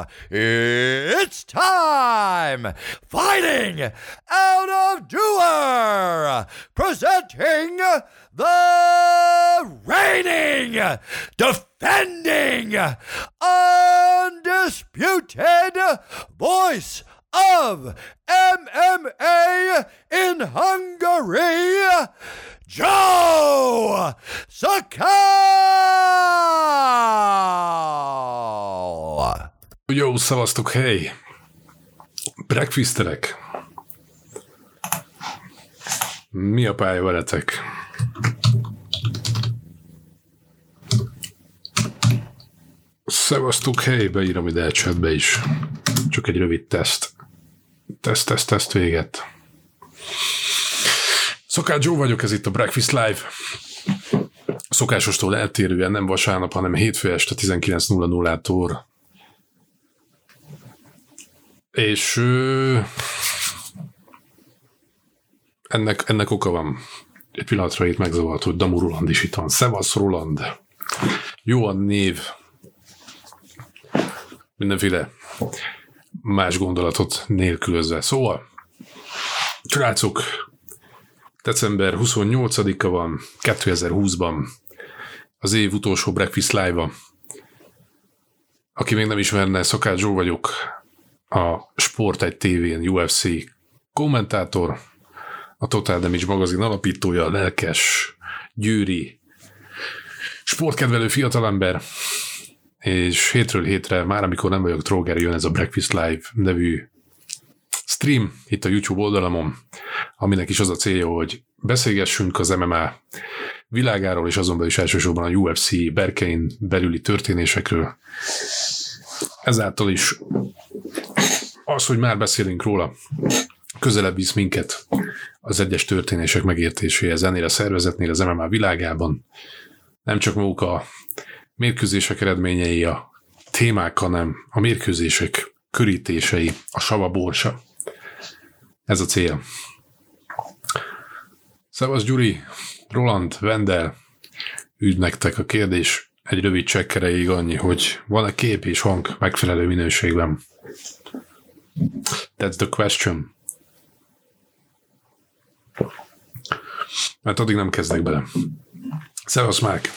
it's time! Fighting out of Doer! Presenting the reigning, defending, undisputed voice of MMA in Hungary, Joe Sakal! Jó, szavaztok, hely! Breakfasterek! Mi a pálya veletek? Szevasztok, hely! Beírom ide a chatbe is. Csak egy rövid teszt. Teszt véget. Sakal Joe vagyok, ez itt a Breakfast Live. Szokásostól eltérően nem vasárnap, hanem hétfő este 19:00-tól. És ennek oka van. Egy pillanatra itt megzavart, hogy Damu Roland is itt van. Szevasz, Roland! Jó a név. Mindenféle más gondolatot nélkülözve. Szóval, srácok, december 28-a van, 2020-ban, az év utolsó Breakfast Live-a. Aki még nem ismerne, Sakal Joe vagyok, a Sport 1 TV-n UFC kommentátor, a Total Damage magazin alapítója, a lelkes, győri, sportkedvelő fiatalember, és hétről hétre, már amikor nem vagyok tróger, jön ez a Breakfast Live nevű stream itt a YouTube oldalamon, aminek is az a célja, hogy beszélgessünk az MMA világáról, és azon belül is elsősorban a UFC berkein belüli történésekről. Ezáltal is az, hogy már beszélünk róla, közelebb visz minket az egyes történések megértéséhez ennél a szervezetnél az MMA világában. Nem csak maguk a mérkőzések eredményei, a témák, hanem a mérkőzések körítései, a sava borsa. Ez a cél. Szevasz Gyuri, Roland, Vendel, üdv nektek. A kérdés egy rövid csekk erejéig annyi, hogy van-e kép és hang megfelelő minőségben? That's the question. Mert addig nem kezdek bele. Szevasz, Márk!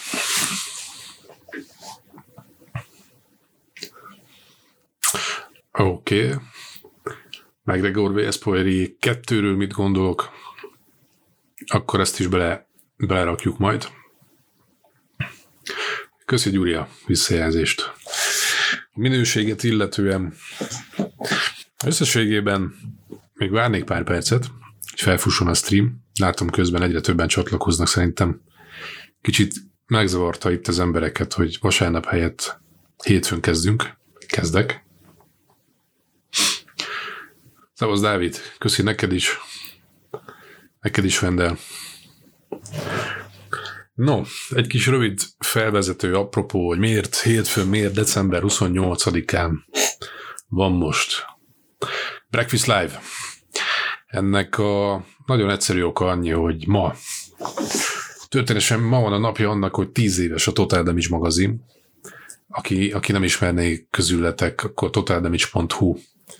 Oké. McGregor vs. Poirier 2-ről mit gondolok? Akkor ezt is belerakjuk majd. Köszi, Gyuri, a visszajelzést. A minőséget illetően összességében még várnék pár percet, hogy felfusson a stream. Látom, közben egyre többen csatlakoznak, szerintem kicsit megzavarta itt az embereket, hogy vasárnap helyett hétfőn kezdek. Szevasz, Dávid, köszi neked is, Vendel. No, egy kis rövid felvezető apropó, hogy miért hétfőn, miért december 28-án van most Breakfast Live. Ennek a nagyon egyszerű oka annyi, hogy történetesen ma van a napja annak, hogy 10 éves a Total Damage magazin. Aki nem ismerné közületek, akkor totaldamage.hu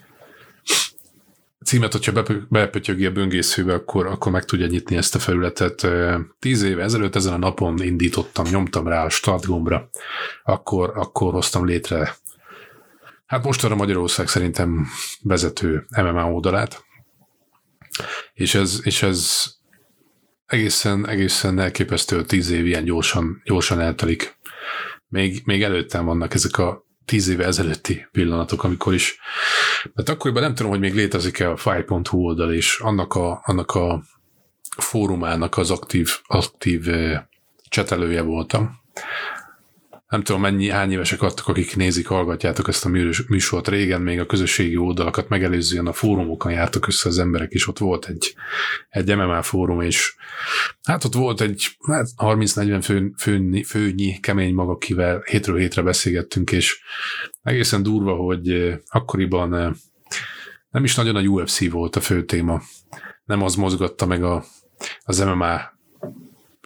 címet, hogyha bepötyögi a böngészőbe, akkor meg tudja nyitni ezt a felületet. 10 éve ezelőtt ezen a napon indítottam, nyomtam rá a start gombra, akkor hoztam létre, hát mostanra Magyarország szerintem vezető MMA oldalát, és ez egészen elképesztő, 10 év ilyen gyorsan eltelik. Még előttem vannak ezek a 10 éve ezelőtti pillanatok, amikor is. Mert akkoriban nem tudom, hogy még létezik-e a Fight.hu oldal, és annak a fórumának az aktív csetelője voltam. Nem tudom, hány évesek adtak, akik nézik, hallgatjátok ezt a műsort. Régen még a közösségi oldalakat megelőzően a fórumokon jártak össze az emberek, és ott volt egy MMA fórum, és hát ott volt egy 30-40 főnyi kemény mag, akivel hétről hétre beszélgettünk, és egészen durva, hogy akkoriban nem is nagyon a UFC volt a fő téma. Nem az mozgatta meg az MMA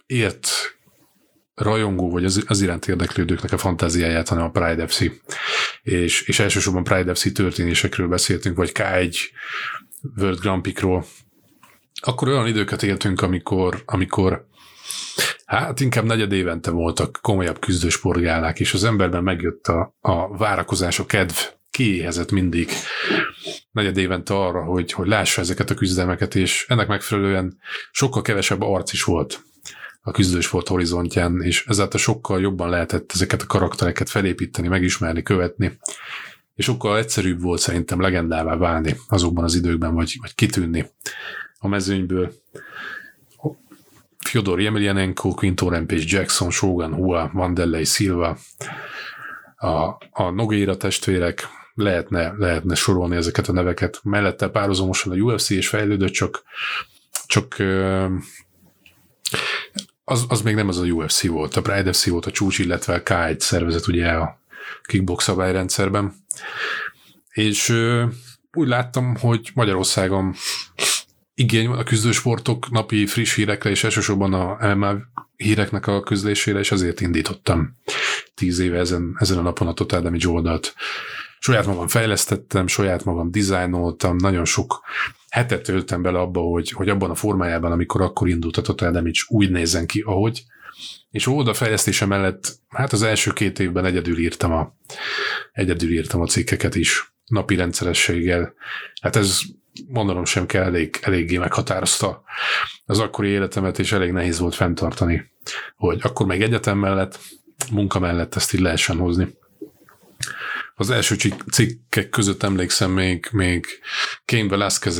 rajongó, vagy az iránt érdeklődőknek a fantáziáját, hanem a Pride FC. és elsősorban Pride FC történésekről beszéltünk, vagy K1 World Grand Prix-ról, akkor olyan időket éltünk, amikor hát inkább negyed évente voltak komolyabb küzdősportgálák, és az emberben megjött a várakozás, a kedv, kiéhezett mindig negyed évente arra, hogy lássa ezeket a küzdelmeket, és ennek megfelelően sokkal kevesebb arc is volt a küzdősport horizontján, és ezáltal sokkal jobban lehetett ezeket a karaktereket felépíteni, megismerni, követni, és sokkal egyszerűbb volt szerintem legendává válni azokban az időkben, vagy kitűnni a mezőnyből. Fyodor Emelianenko, Quinto Rampage Jackson, Shogun Hua, Wanderlei Silva, a Nogueira testvérek, lehetne sorolni ezeket a neveket. Mellette párhuzamosan a UFC is fejlődött, csak az még nem az a UFC volt. A Pride FC volt a csúcs, illetve a K1 szervezet ugye a kickbox szabályrendszerben. És úgy láttam, hogy Magyarországon igény van a küzdősportok napi friss hírekre, és elsősorban a MMA híreknek a közlésére, és azért indítottam 10 éve ezen a napon a Total Damage oldalt. Saját magam fejlesztettem, saját magam dizájnoltam, nagyon sok hetet töltem bele abba, hogy abban a formájában, amikor akkor indult a Total Damage, úgy nézzen ki, ahogy. És oldalfejlesztése mellett, hát az első 2 évben egyedül írtam a cikkeket is, napi rendszerességgel. Hát ez mondanom sem kell, eléggé meghatározta az akkori életemet, és elég nehéz volt fenntartani, hogy akkor még egyetem mellett, munka mellett ezt így lehessen hozni. Az első cikkek között emlékszem még Cain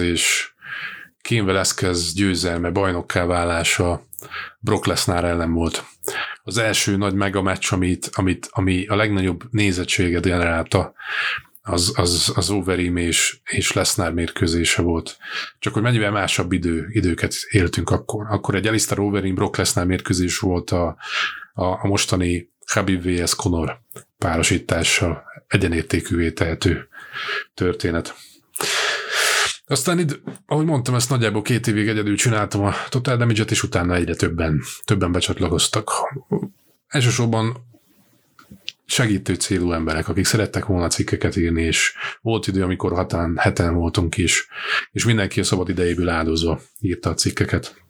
Velasquez győzelme, bajnokká válása Brock Lesnar ellen volt. Az első nagy megameccs, ami a legnagyobb nézettséget generálta, az Overeem és Lesnar mérkőzése volt. Csak hogy mennyivel másabb időket éltünk akkor. Akkor egy Alistair Overeem Brock Lesnar mérkőzés volt a mostani Khabib vs. Conor párosítással egyenértékűvé tehető történet. Aztán ahogy mondtam, ezt nagyjából 2 évig egyedül csináltam a Total Damage-et, és utána egyre többen becsatlakoztak. Elsősorban segítő célú emberek, akik szerettek volna cikkeket írni, és volt idő, amikor heten voltunk is, és mindenki a szabad idejéből áldozva írta a cikkeket.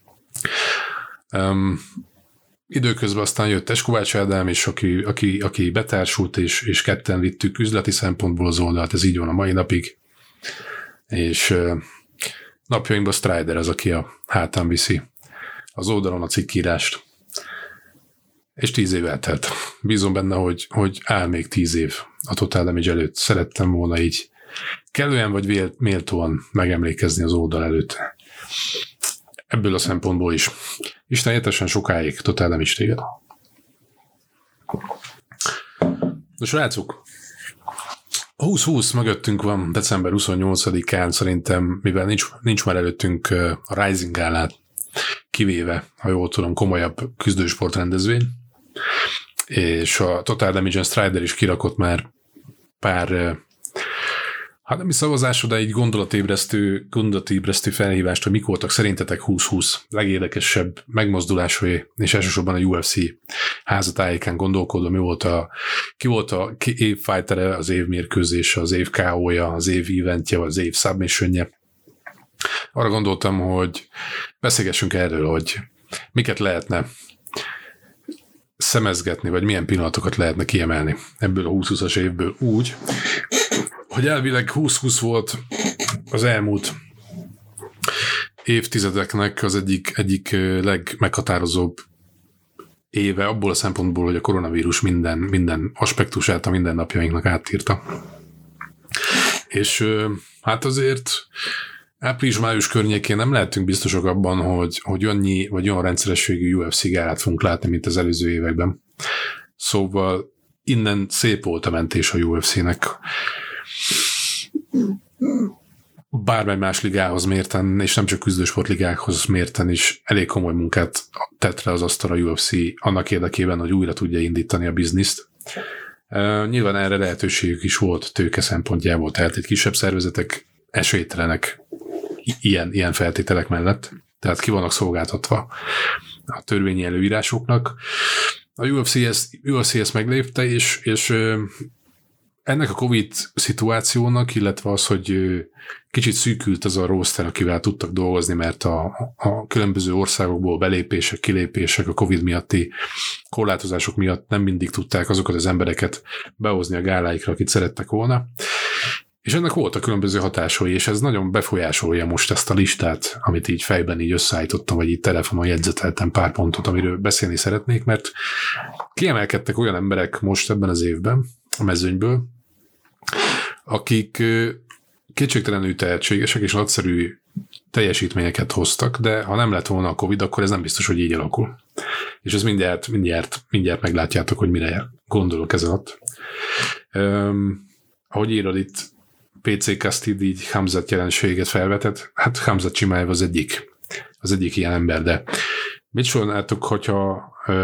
Időközben aztán jött Teskovács Ádám, és aki betársult, és ketten vittük üzleti szempontból az oldalt, ez így van a mai napig. És napjainkban Strider az, aki a hátán viszi az oldalon a cikkírást. És 10 év eltelt. Bízom benne, hogy áll még 10 év a Total Damage előtt. Szerettem volna így kellően vagy méltóan megemlékezni az oldal előtt. Ebből a szempontból is. Isten értesen sokáig Total Damage téged. De srácok, 2020 mögöttünk van, december 28-án szerintem, mivel nincs már előttünk a Rising gálát, kivéve, ha jól tudom, komolyabb küzdősport rendezvény, és a Total Damage Strider is kirakott már pár, hát nem is szavazásra, de egy gondolatébresztő felhívást, hogy mik voltak szerintetek 2020 legérdekesebb megmozdulásai, és elsősorban a UFC házatájékán gondolkodom, ki volt a év fightere, az év mérkőzése, az év KO-ja, az év eventje, vagy az év submissionje. Arra gondoltam, hogy beszélgessünk erről, hogy miket lehetne szemezgetni, vagy milyen pillanatokat lehetne kiemelni ebből a 2020-as évből úgy, hogy elvileg 2020 volt az elmúlt évtizedeknek az egyik legmeghatározóbb éve abból a szempontból, hogy a koronavírus minden aspektusát a mindennapjainknak átírta. És hát azért április-május környékén nem lehetünk biztosak abban, hogy annyi vagy olyan rendszerességű UFC gálát fogunk látni, mint az előző években. Szóval innen szép volt a mentés a UFC-nek. Bármely más ligához mérten, és nem csak küzdősportligákhoz mérten is elég komoly munkát tett le az asztalra a UFC annak érdekében, hogy újra tudja indítani a bizniszt. Nyilván erre lehetőségük is volt tőke szempontjából, tehát egy kisebb szervezetek esélytelenek ilyen feltételek mellett, tehát ki vannak szolgáltatva a törvényi előírásoknak. A UFC ezt meglépte, és ennek a Covid szituációnak, illetve az, hogy kicsit szűkült az a roster, akivel tudtak dolgozni, mert a különböző országokból belépések, kilépések a Covid miatti korlátozások miatt nem mindig tudták azokat az embereket behozni a gáláikra, akit szerettek volna. És ennek voltak különböző hatásai, és ez nagyon befolyásolja most ezt a listát, amit így fejben így összeállítottam, vagy így telefonon jegyzeteltem pár pontot, amiről beszélni szeretnék, mert kiemelkedtek olyan emberek most ebben az évben a mezőnyből, akik kétségtelenül tehetségesek és nagyszerű teljesítményeket hoztak, de ha nem lett volna a Covid, akkor ez nem biztos, hogy így alakul. És ez mindjárt meglátjátok, hogy mire gondolok ez alatt. Ahogy írod itt, PC Castid így Hamzat jelenséget felvetett, hát Hamzat Chimaev az egyik ilyen ember, de mit sorolnátok, hogyha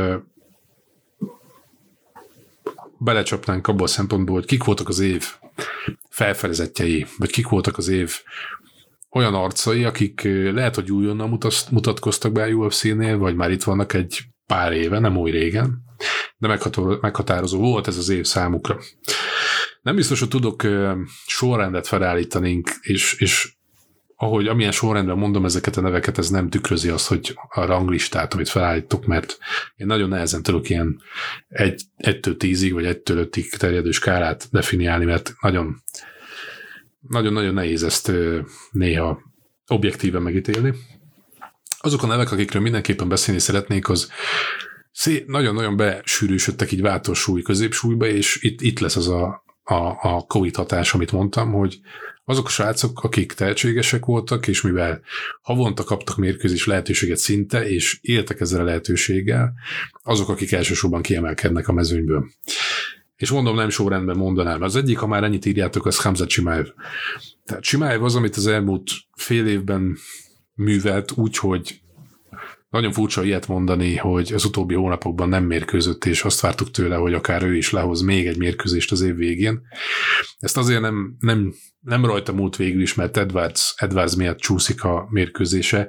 belecsapnánk abba a szempontból, hogy kik voltak az év felfedezettjei, vagy kik voltak az év olyan arcai, akik lehet, hogy újonnan mutatkoztak be a UFC-nél, vagy már itt vannak egy pár éve, nem oly régen, de meghatározó volt ez az év számukra. Nem biztos, hogy tudok sorrendet felállítani, és amilyen sorrendben mondom ezeket a neveket, ez nem tükrözi azt, hogy a ranglistát, amit felállítok, mert én nagyon nehezen tudok ilyen 1-től 10-ig, vagy 1-től 5-ig terjedő skálát definiálni, mert nagyon-nagyon nehéz ezt néha objektíven megítélni. Azok a nevek, akikről mindenképpen beszélni szeretnék, az nagyon-nagyon besűrűsödtek így váltósúly középsúlyba, és itt lesz az a Covid hatás, amit mondtam, hogy azok a srácok, akik tehetségesek voltak, és mivel havonta kaptak mérkőzés lehetőséget szinte, és éltek ezzel a lehetőséggel, azok, akik elsősorban kiemelkednek a mezőnyből. És mondom, nem sorrendben mondanám. Az egyik, ha már ennyit írjátok, az Hamzat Chimaev. Tehát Chimaev az, amit az elmúlt fél évben művelt úgy, hogy nagyon furcsa ilyet mondani, hogy az utóbbi hónapokban nem mérkőzött, és azt vártuk tőle, hogy akár ő is lehoz még egy mérkőzést az év végén. Ezt azért nem rajta múlt végül is, mert Edwards miatt csúszik a mérkőzése.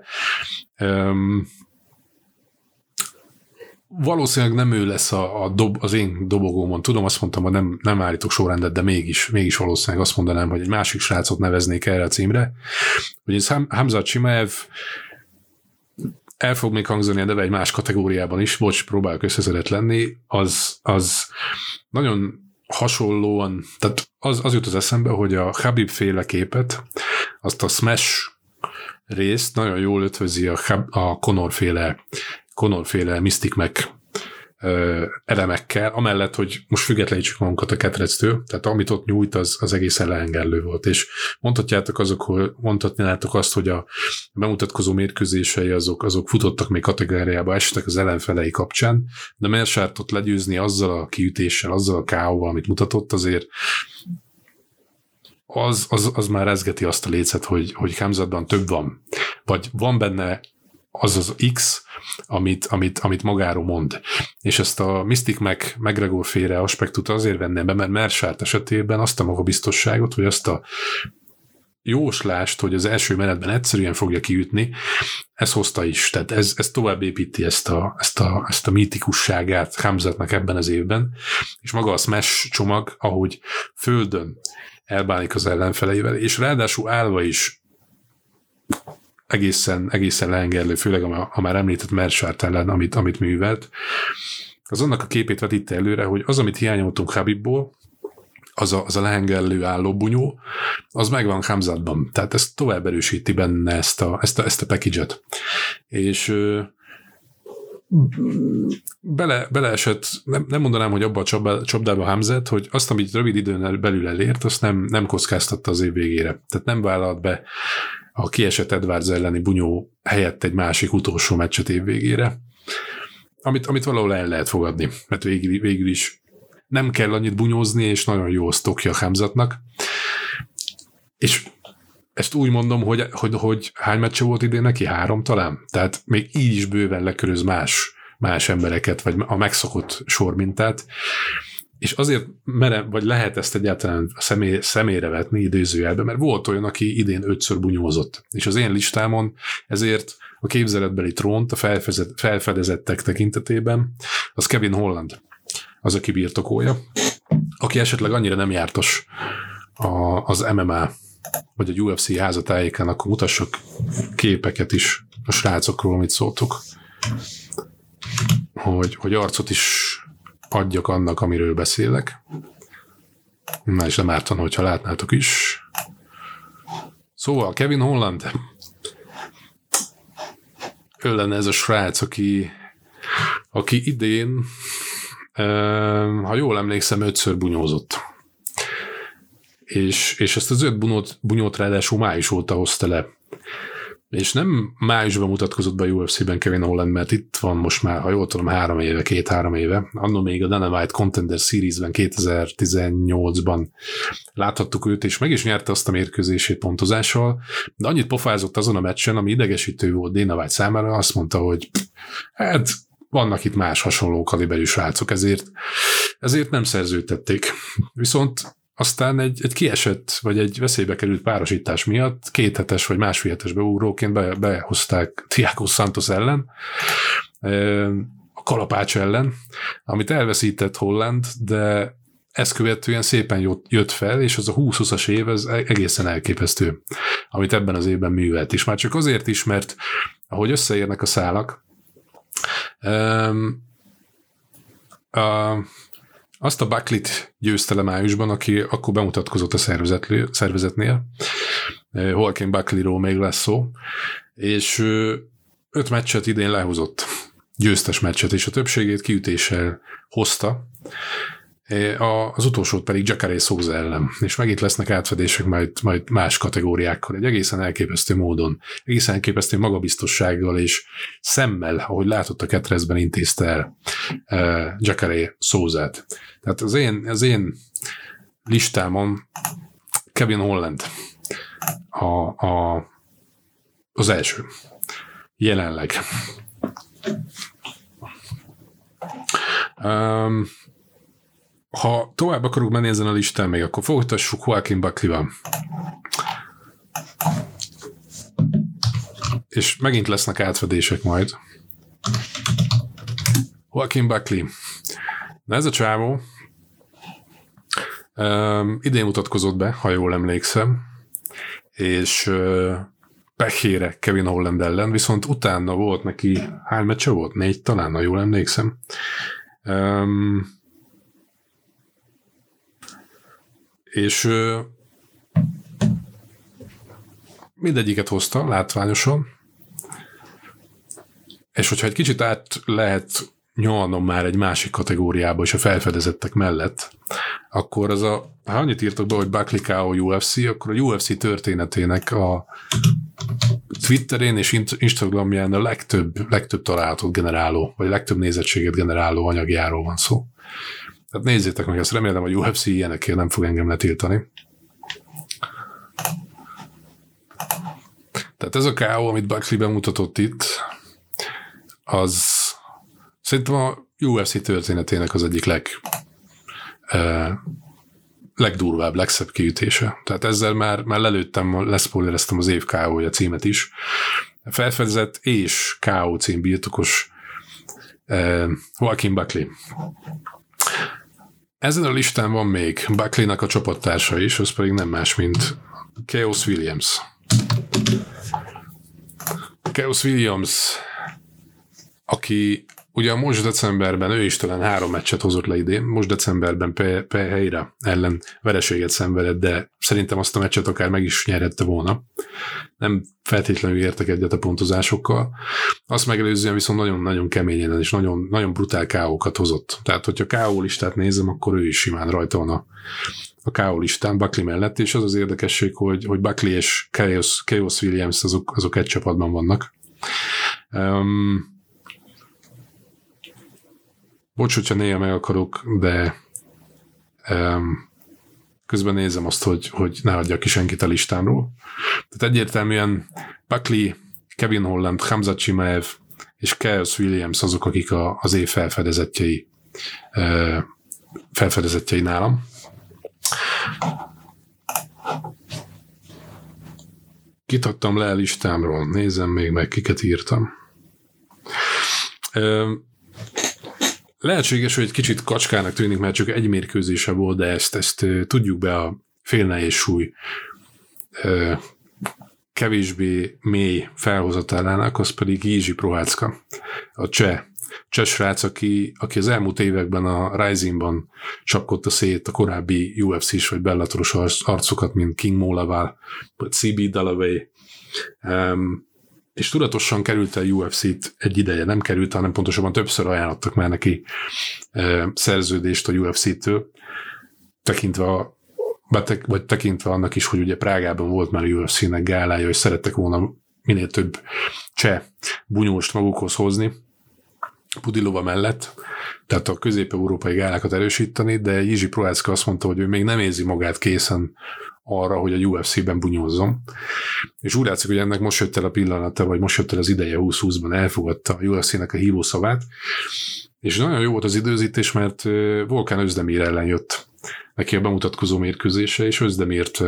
Valószínűleg nem ő lesz az én dobogómon. Tudom, azt mondtam, hogy nem állítok sorrendet, de mégis valószínűleg azt mondanám, hogy egy másik srácot neveznék erre a címre. Ugyanis Hamzat Chimaev el fog még hangzani a neve egy más kategóriában is, próbálok összeszedett lenni, az nagyon hasonlóan, tehát az jut az eszembe, hogy a Khabib féle képet, azt a Smash részt nagyon jól ötvözi a Conor féle Mystic Mac elemekkel, amellett, hogy most függetlenítsük magunkat a ketrectől, tehát amit ott nyújt, az egészen lehengerlő volt, és mondhatnátok azt, hogy a bemutatkozó mérkőzései azok futottak még kategóriába, estek az ellenfelei kapcsán, de Mersártot legyőzni azzal a kiütéssel, azzal a KO-val, amit mutatott, azért az már rezgeti azt a lécet, hogy Hamzatban több van, vagy van benne az X, amit magáról mond. És ezt a Mystic McGregor féle aspektut azért venném be, mert Mersát esetében azt a magabiztosságot, vagy azt a jóslást, hogy az első menetben egyszerűen fogja kiütni, ez hozta is. Tehát ez tovább építi ezt a mítikusságát Hamzatnak ebben az évben, és maga a Smash csomag, ahogy földön elbánik az ellenfeleivel, és ráadásul állva is egészen lehengerlő, főleg a már említett Mersát ellen, amit művelt. Az annak a képét vetítte előre, hogy az, amit hiányoltunk Khabibból, az a lehengerlő állóbunyó, az megvan Hamzatban. Tehát ez tovább erősíti benne ezt a package-et. És beleesett, nem mondanám, hogy abba a csapdába Hamzat, hogy azt, amit rövid időn belül elért, azt nem kockáztatta az év végére. Tehát nem vállalt be a kiesett Edwards elleni bunyó helyett egy másik utolsó meccset év végére, amit valahol el lehet fogadni, mert végül is nem kell annyit bunyózni, és nagyon jó sztokja Hamzatnak. És ezt úgy mondom, hogy hány meccse volt idén neki? 3 talán? Tehát még így is bőven leköröz más embereket, vagy a megszokott sormintát. És azért vagy lehet ezt egyáltalán személyre vetni idézőjelben, mert volt olyan, aki idén 5-ször bunyózott. És az én listámon ezért a képzeletbeli trónt a felfedezettek tekintetében az Kevin Holland az, aki birtokolja. aki esetleg annyira nem jártas az MMA vagy a UFC házatájékán, akkor mutassak képeket is a srácokról, amit szóltok. Hogy arcot is adjak annak, amiről beszélek. Na, és nem ártan, hogyha látnátok is. Szóval Kevin Holland. Ő lenne ez a srác, aki idén, ha jól emlékszem, 5-ször bunyózott. És ezt az 5 bunyót ráadásul május óta hozta le. És nem májusban mutatkozott be a UFC-ben Kevin Holland, mert itt van most már, ha jól tudom, 2-3 éve. Anno még a Dana White Contender Series-ben 2018-ban láthattuk őt, és meg is nyerte azt a mérkőzését pontozással, de annyit pofázott azon a meccsen, ami idegesítő volt Dana White számára, azt mondta, hogy hát vannak itt más hasonló kaliberű srácok, ezért nem szerződtették. Viszont aztán egy kiesett, vagy egy veszélybe került párosítás miatt 2 hetes vagy másfél hetes beugróként behozták Thiago Santos ellen, a kalapács ellen, amit elveszített Holland, de ezt követően szépen jött fel, és az a 20-20-as év az egészen elképesztő, amit ebben az évben művelt. És már csak azért is, mert ahogy összeérnek a szálak, azt a Buckley-t győzte le májusban, aki akkor bemutatkozott a szervezetnél. Joaquin Buckley-ról még lesz szó. És 5 meccset idén lehozott. Győztes meccset, és a többségét kiütéssel hozta. Az utolsót pedig Jacare Souza ellen. És megint lesznek átfedések majd más kategóriákkal. Egy egészen elképesztő módon, egészen elképesztő magabiztossággal és szemmel, ahogy látott a ketrezben, intézte el Jacare Souzát. Tehát az én listámon Kevin Holland az első. Jelenleg. Ha tovább akarok menni ezen a listán még, akkor folytassuk Joaquin Buckley-val. És megint lesznek átfedések majd. Joaquin Buckley. Na ez a csávó idén mutatkozott be, ha jól emlékszem, és pehére Kevin Holland ellen, viszont utána volt neki, hány meccse volt? 4 talán, ha jól emlékszem. És mindegyiket hozta látványosan, és hogyha egy kicsit át lehet nyolnom már egy másik kategóriába is a felfedezettek mellett, akkor ha annyit írtok be, hogy Buckley KO UFC, akkor a UFC történetének a Twitterén és Instagramján a legtöbb találatot generáló, vagy legtöbb nézettséget generáló anyagjáról van szó. Tehát nézzétek meg ezt, remélem, hogy UFC ilyenekért nem fog engem letiltani. Tehát ez a KO, amit Buckley bemutatott itt, az szerintem a UFC történetének az egyik legdurvább, legszebb kiütése. Tehát ezzel már lelőttem, leszpoilereztem az év KO-ja címet is. Felfedezett és KO cím birtokos Joaquin Buckley. Ezen a listán van még Buckley-nak a csapattársa is, az pedig nem más, mint Khaos Williams. Khaos Williams, aki ugye most decemberben, ő is talán 3 meccset hozott le idén, most decemberben Pereira ellen vereséget szenvedett, de szerintem azt a meccset akár meg is nyerhette volna. Nem feltétlenül értek egyet a pontozásokkal. Azt megelőzően viszont nagyon-nagyon keményen és nagyon, nagyon brutál KO-kat hozott. Tehát, hogyha KO listát nézem, akkor ő is simán rajta van a KO listán Buckley mellett, és az az érdekesség, hogy Buckley és Khaos Williams azok egy csapatban vannak. Bocs, hogyha néha meg akarok, de közben nézem azt, hogy ne hagyjak ki senkit a listámról. Tehát egyértelműen Buckley, Kevin Holland, Khamzat Chimaev és Khaos Williams azok, akik az év felfedezettjei nálam. Kit adtam le a listámról? Nézzem még meg, kiket írtam. Lehetséges, hogy egy kicsit kacskának tűnik, mert csak egy mérkőzése volt, de ezt tudjuk be a félnehéz súly kevésbé mély felhozatálának, az pedig Jiří Prohádzka, a cseh srác, aki az elmúlt években a Risingban csapkodta szét a korábbi UFC-s vagy Bellatoros arcokat, mint King Molaval, vagy CB Dalloway, és tudatosan került el UFC-t egy ideje, nem került, hanem pontosabban többször ajánlottak már neki szerződést a UFC-től, tekintve annak is, hogy ugye Prágában volt már a UFC-nek gálája, és szerettek volna minél több cseh bunyóst magukhoz hozni Pudilova mellett, tehát a közép-európai gálákat erősíteni, de Jiří Prohádzka azt mondta, hogy ő még nem érzi magát készen arra, hogy a UFC-ben bunyózzon. És úgy látszik, hogy ennek most jött el a pillanata, vagy most jött el az ideje 2020-ban, elfogadta a UFC-nek a hívószavát, és nagyon jó volt az időzítés, mert Volkan Özdemir ellen jött neki a bemutatkozó mérkőzése, és Özdemirt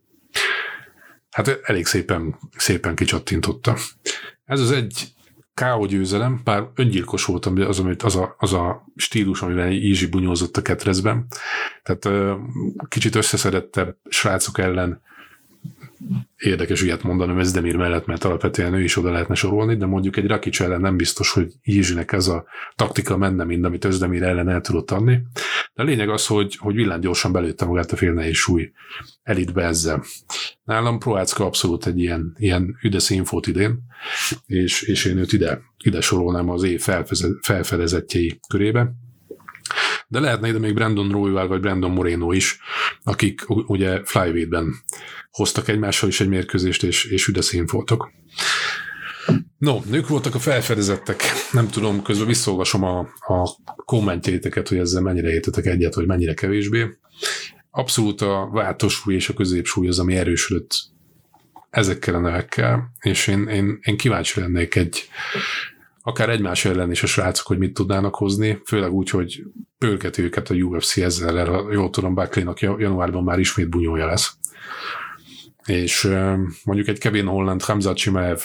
hát elég szépen kicsattintotta. Ez az egy KO győzelem, bár öngyilkos volt az a stílus, amivel Jiří bunyózott a ketrezben. Tehát kicsit összeszedettebb srácok ellen érdekes ilyet mondanom Özdemir mellett, mert alapvetően ő is oda lehetne sorolni, de mondjuk egy Rakic ellen nem biztos, hogy Jiřínek ez a taktika menne, mint amit Özdemir ellen el tudott adni. De a lényeg az, hogy villámgyorsan belőtte magát a félnehéz súly elitbe ezzel. Nálam Prohádzka abszolút egy ilyen üde színfót idén, és én őt ide sorolnám az év felfedezettjei körébe. De lehetne ide még Brandon Royval vagy Brandon Moreno is, akik ugye flyweight-ben hoztak egymással is egy mérkőzést, és üde színfoltok. No, ők voltak a felfedezettek. Nem tudom, közben visszaolvasom a kommentjeiteket, hogy ezzel mennyire értetek egyet, vagy mennyire kevésbé. Abszolút a váltósúly és a középsúly az, ami erősödött ezekkel a nevekkel, és én kíváncsi lennék akár egymás ellen is a srácok, hogy mit tudnának hozni, főleg úgy, hogy pörgeti őket a UFC ezzel, jól tudom, Buckley-nak januárban már ismét bunyója lesz. És mondjuk egy Kevin Holland, Khamzat Chimaev,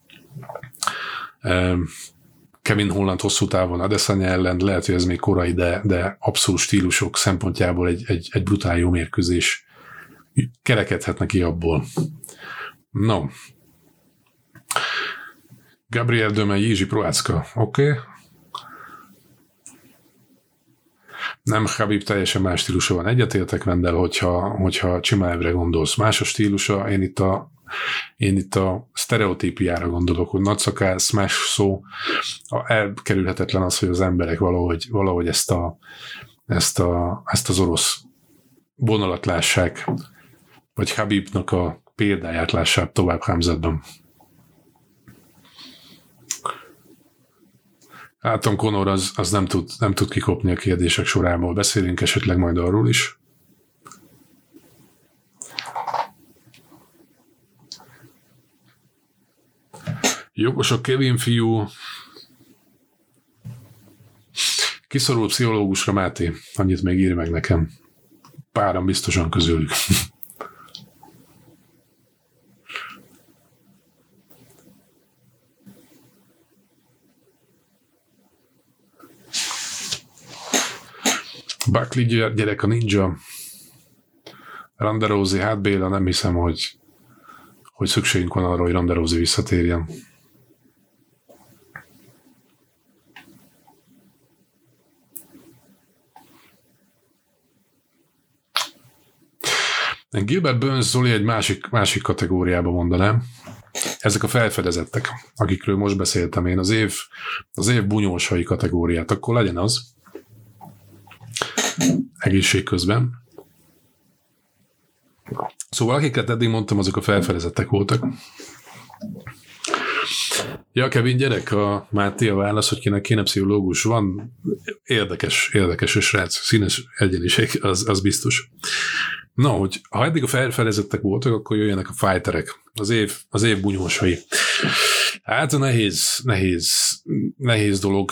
Kevin Holland hosszú távon Adesanya ellen, lehet, hogy ez még korai, de abszolút stílusok szempontjából egy brutál jó mérkőzés kerekedhet neki abból. No. Gabriel Döme, Jiří Prohádzka, oké. Nem, Khabib teljesen más stílusa van. Egyetértek Vendel, hogyha Chimaevre gondolsz. Más a stílusa, én itt a sztereotípiára gondolok, hogy nagyszakál, smash szó, elkerülhetetlen az, hogy az emberek valahogy ezt az orosz vonalat lássák, vagy Khabibnak a példáját lássák tovább Khamzatban. Látom, Conor az nem tud kikopni a kérdések sorából. Beszélünk esetleg majd arról is. Jogos a Kevin fiú. Kiszorult pszichológusra, Máté. Annyit még írj meg nekem. Páran biztosan közülük. Buckley gyerek a ninja. Ronda Rousey, hát Béla, nem hiszem, hogy szükségünk van arra, hogy Ronda Rousey visszatérjen. Gilbert Burns, Zoli egy másik kategóriába mondanám. Ezek a felfedezettek, akikről most beszéltem én, az év bunyósai kategóriát, akkor legyen az. Egészség közben. Szóval akiket eddig mondtam, azok a felfedezettek voltak. Ja, Kevin gyerek, a Máté a válasz, hogy kinek kéne pszichológus van. Érdekes a srác, színes egyeniség, az biztos. Na, hogy ha eddig a felfedezettek voltak, akkor jöjjenek a fighterek, az év bunyósai. Hát a nehéz dolog.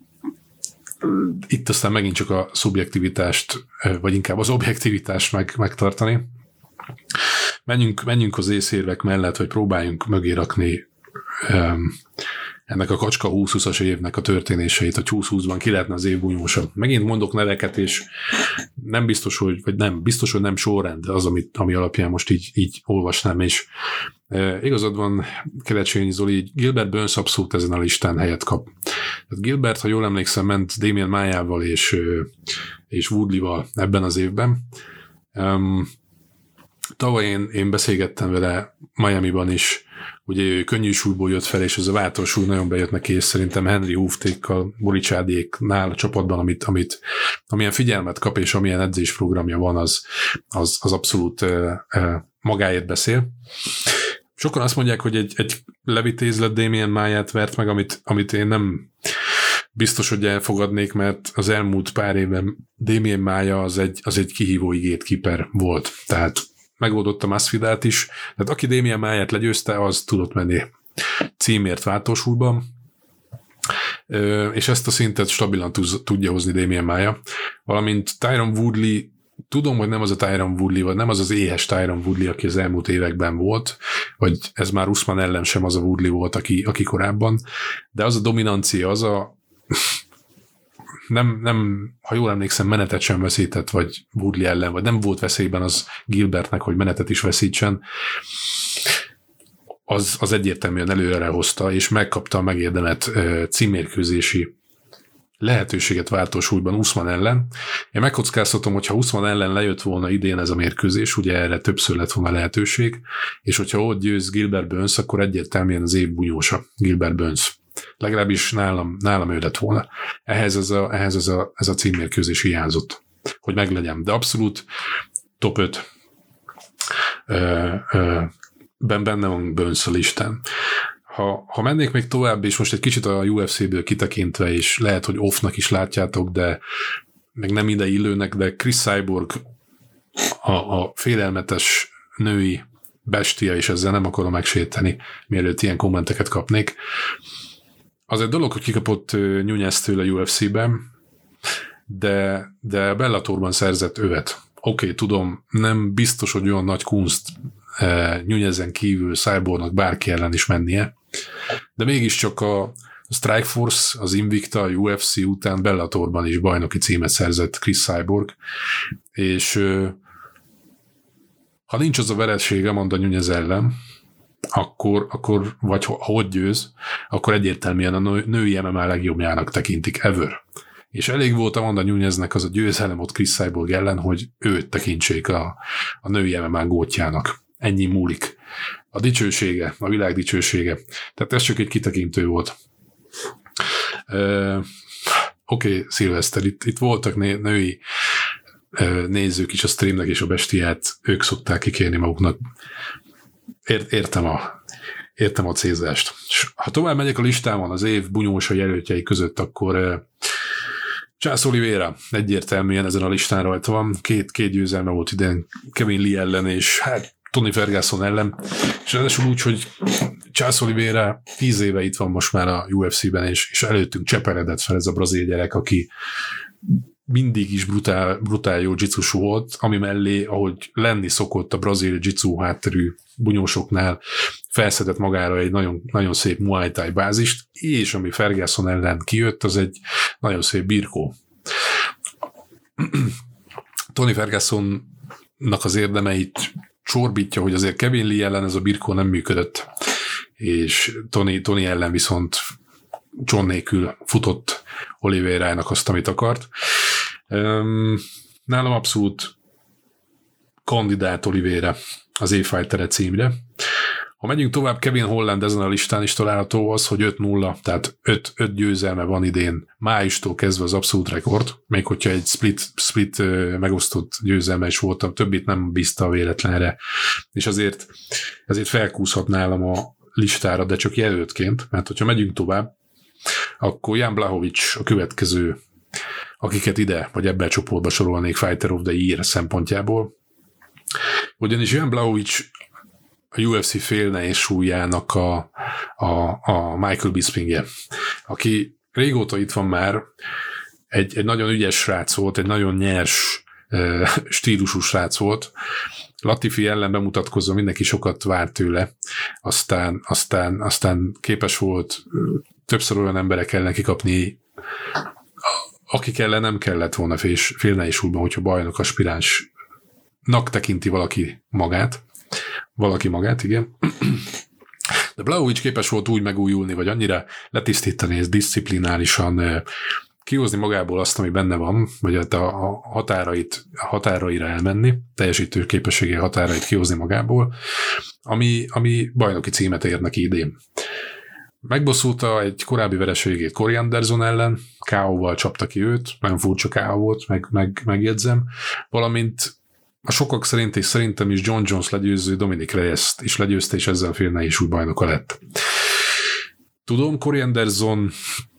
Itt aztán megint csak a szubjektivitást, vagy inkább az objektivitást megtartani. Menjünk az észérvek mellett, vagy próbáljunk mögé rakni ennek a Kacska 20-20-as évnek a történéseit, hogy 20-20-ban ki lehetne az év bunyósa. Megint mondok neveket, és nem biztos, hogy nem sorrend az, ami alapján most így olvasnám, és igazad van, Kelecsényi Zoli, Gilbert Burns abszolút ezen a listán helyet kap. Tehát Gilbert, ha jól emlékszem, ment Damien Májával és Woodley-val ebben az évben. Tavaly én beszélgettem vele Miamiban is, ugye ő könnyű súlyból jött fel, és ez a váltósúly nagyon bejött neki, és szerintem Henry Húftékkal, Boricsádéknál a csapatban, amilyen figyelmet kap, és amilyen edzésprogramja van, az abszolút magáért beszél. Sokan azt mondják, hogy egy Levitéz lett Damien Máját vert meg, amit én nem biztos, hogy elfogadnék, mert az elmúlt pár évben Damien Mája az egy kihívó gatekeeper volt. Tehát megoldotta Masvidalt is. Tehát aki Damien Máját legyőzte, az tudott menni címért váltósúlyban, és ezt a szintet stabilan tudja hozni Damien Mája. Valamint Tyron Woodley, tudom, hogy nem az a Tyron Woodley, vagy nem az az éhes Tyron Woodley, aki az elmúlt években volt, vagy ez már Usman ellen sem az a Woodley volt, aki korábban, de az a dominancia, az a nem, ha jól emlékszem, menetet sem veszített, vagy Woodley ellen, vagy nem volt veszélyben az Gilbertnek, hogy menetet is veszítsen, az egyértelműen előre hozta, és megkapta a megérdemelt címmérkőzési lehetőséget váltósúlyban Usman ellen. Én megkockáztatom, hogy ha Usman ellen lejött volna idén ez a mérkőzés, ugye erre többször lett volna lehetőség, és hogyha ott győz Gilbert Burns, akkor egyértelműen az év bunyósa Gilbert Burns. Legalábbis nálam ő lett volna. Ehhez ez a címmérkőzés hiányzott, hogy meglegyen. De abszolút top 5 benne van Burns a listán. Ha mennék még tovább, és most egy kicsit a UFC-ből kitekintve, és lehet, hogy off-nak is látjátok, de meg nem ide illőnek, de Chris Cyborg a félelmetes női bestia, és ezzel nem akarom megsérteni, mielőtt ilyen kommenteket kapnék. Az egy dolog, hogy kikapott Nunez-től a UFC-ben, de Bellatorban szerzett övet. Oké, tudom, nem biztos, hogy olyan nagy kunst Nunezen kívül Cyborgnak bárki ellen is mennie, de mégiscsak a Strikeforce, az Invicta, a UFC után Bellatorban is bajnoki címet szerzett Chris Cyborg, és ha nincs az a veresége, Amanda Nunes ellen, akkor vagy ha ott győz, akkor egyértelműen a női MMA legjobbjának tekintik ever. És elég volt Amanda Nunesnek az a győzelem ott Chris Cyborg ellen, hogy őt tekintsék a női MMA gótjának. Ennyi múlik. A dicsősége, a világ dicsősége. Tehát ez csak egy kitekintő volt. Oké, Szilveszter, itt voltak női nézők is a streamnek, és a bestiát ők szokták kikérni maguknak. Értem a célzást. Ha tovább megyek a listámon az év bunyósa jelöltjei között, akkor Charles Oliveira egyértelműen ezen a listán rajta van. Két győzelme volt idén Kevin Lee ellen, és Tony Ferguson ellen, és ráadásul úgy, hogy Charles Oliveira 10 éve itt van most már a UFC-ben, és előttünk cseperedett fel ez a brazil gyerek, aki mindig is brutál jó jitsu volt, ami mellé, ahogy lenni szokott a brazil jitsu hátterű bunyósoknál, felszedett magára egy nagyon, nagyon szép Muay Thai bázist, és ami Ferguson ellen kijött, az egy nagyon szép birkó. Tony Fergusonnak az érdemeit csorbítja, hogy azért Kevin Lee ellen ez a birkó nem működött, és Tony ellen viszont John nélkül futott Oliveira-nak azt, amit akart. Nálam abszolút kandidát Oliveira az évfightere címre. Ha megyünk tovább, Kevin Holland ezen a listán is található az, hogy 5-0, tehát 5 győzelme van idén, májustól kezdve az abszolút rekord, még hogyha egy split megosztott győzelme is voltam, többit nem bízta a véletlenre, és ezért felkúszhat nálam a listára, de csak jelöltként, mert hogyha megyünk tovább, akkor Jan Blachowicz a következő, akiket ide, vagy ebbe a csoportba sorolnék Fighter of the Year szempontjából. Ugyanis Jan Blachowicz a UFC fél nehéz súlyának a Michael Bispingje, aki régóta itt van már, egy nagyon ügyes srác volt, egy nagyon nyers stílusú srác volt. Latifi ellen bemutatkozva mindenki sokat várt tőle, aztán képes volt többször olyan emberek kell neki kapni, akik ellen nem kellett volna félne és útban, hogyha bajnok aspiránsnak tekinti valaki magát. Valaki magát, igen. De Vlahovic képes volt úgy megújulni, vagy annyira letisztítani, és diszciplinálisan kihozni magából azt, ami benne van, vagy a határaira elmenni, teljesítő képessége határait kihozni magából, ami bajnoki címet ér neki idén. Megbosszulta egy korábbi vereségét Corey Anderson ellen, KO-val csapta ki őt, nagyon furcsa KO volt, megjegyzem, valamint a sokak szerint és szerintem is John Jones legyőző Dominic Reyes-t is legyőzte, és ezzel félne is úgy bajnoka lett. Tudom, Corey Anderson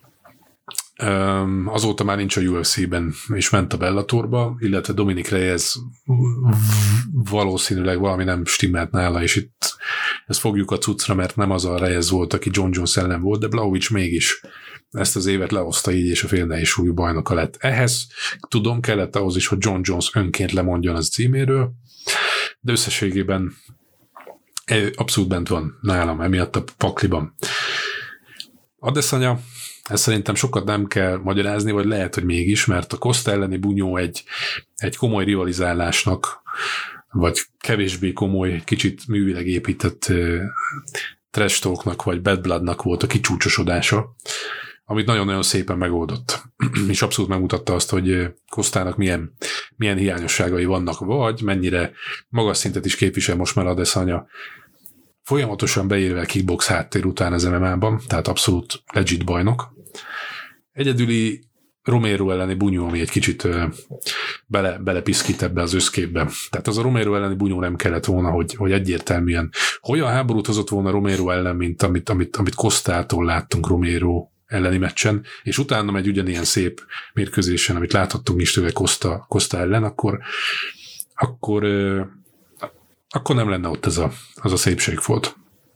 azóta már nincs a UFC-ben, és ment a Bellatorba, illetve Dominic Reyes valószínűleg valami nem stimmelt nála, és itt ezt fogjuk a cuccra, mert nem az a Reyes volt, aki John Jones ellen volt, de Vlahovic mégis ezt az évet lehozta így, és a félne is új bajnoka lett. Ehhez tudom, kellett ahhoz is, hogy John Jones önként lemondjon az címéről, de összességében abszolút bent van nálam, emiatt a pakliban. Adesanya, ezt szerintem sokat nem kell magyarázni, vagy lehet, hogy mégis, mert a Costa elleni bunyó egy komoly rivalizálásnak, vagy kevésbé komoly, kicsit művileg épített trash talknak, vagy bad bloodnak volt a kicsúcsosodása, amit nagyon-nagyon szépen megoldott. És abszolút megmutatta azt, hogy Costának milyen hiányosságai vannak, vagy mennyire magas szintet is képvisel most már Adesanya, folyamatosan beérve a kickbox háttér után az MMA-ban, tehát abszolút legit bajnok. Egyedüli Romero elleni bunyó, ami egy kicsit belepiszkít ebbe az összképbe. Tehát az a Romero elleni bunyó nem kellett volna, hogy egyértelműen olyan háborút hozott volna Romero ellen, mint amit Costától láttunk Romero elleni meccsen, és utána megy ugyanilyen szép mérkőzésen, amit láthattunk is tőle Costa ellen, akkor nem lenne ott az a szépségfolt.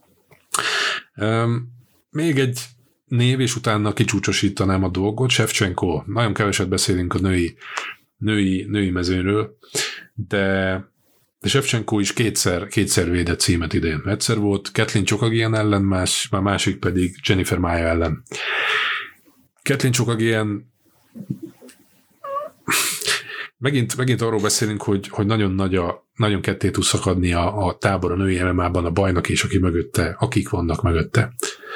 Még egy név, és utána kicsúcsosítanám a dolgot, Shevchenko. Nagyon keveset beszélünk a női mezőnyről, de Shevchenko is kétszer védett címet idén. Egyszer volt Kathleen Chookagian ellen, másik pedig Jennifer Maia ellen. Kathleen Chookagian megint arról beszélünk, hogy nagyon ketté tud szakadni a tábor a női MMA-ban, a bajnok és akik vannak mögötte.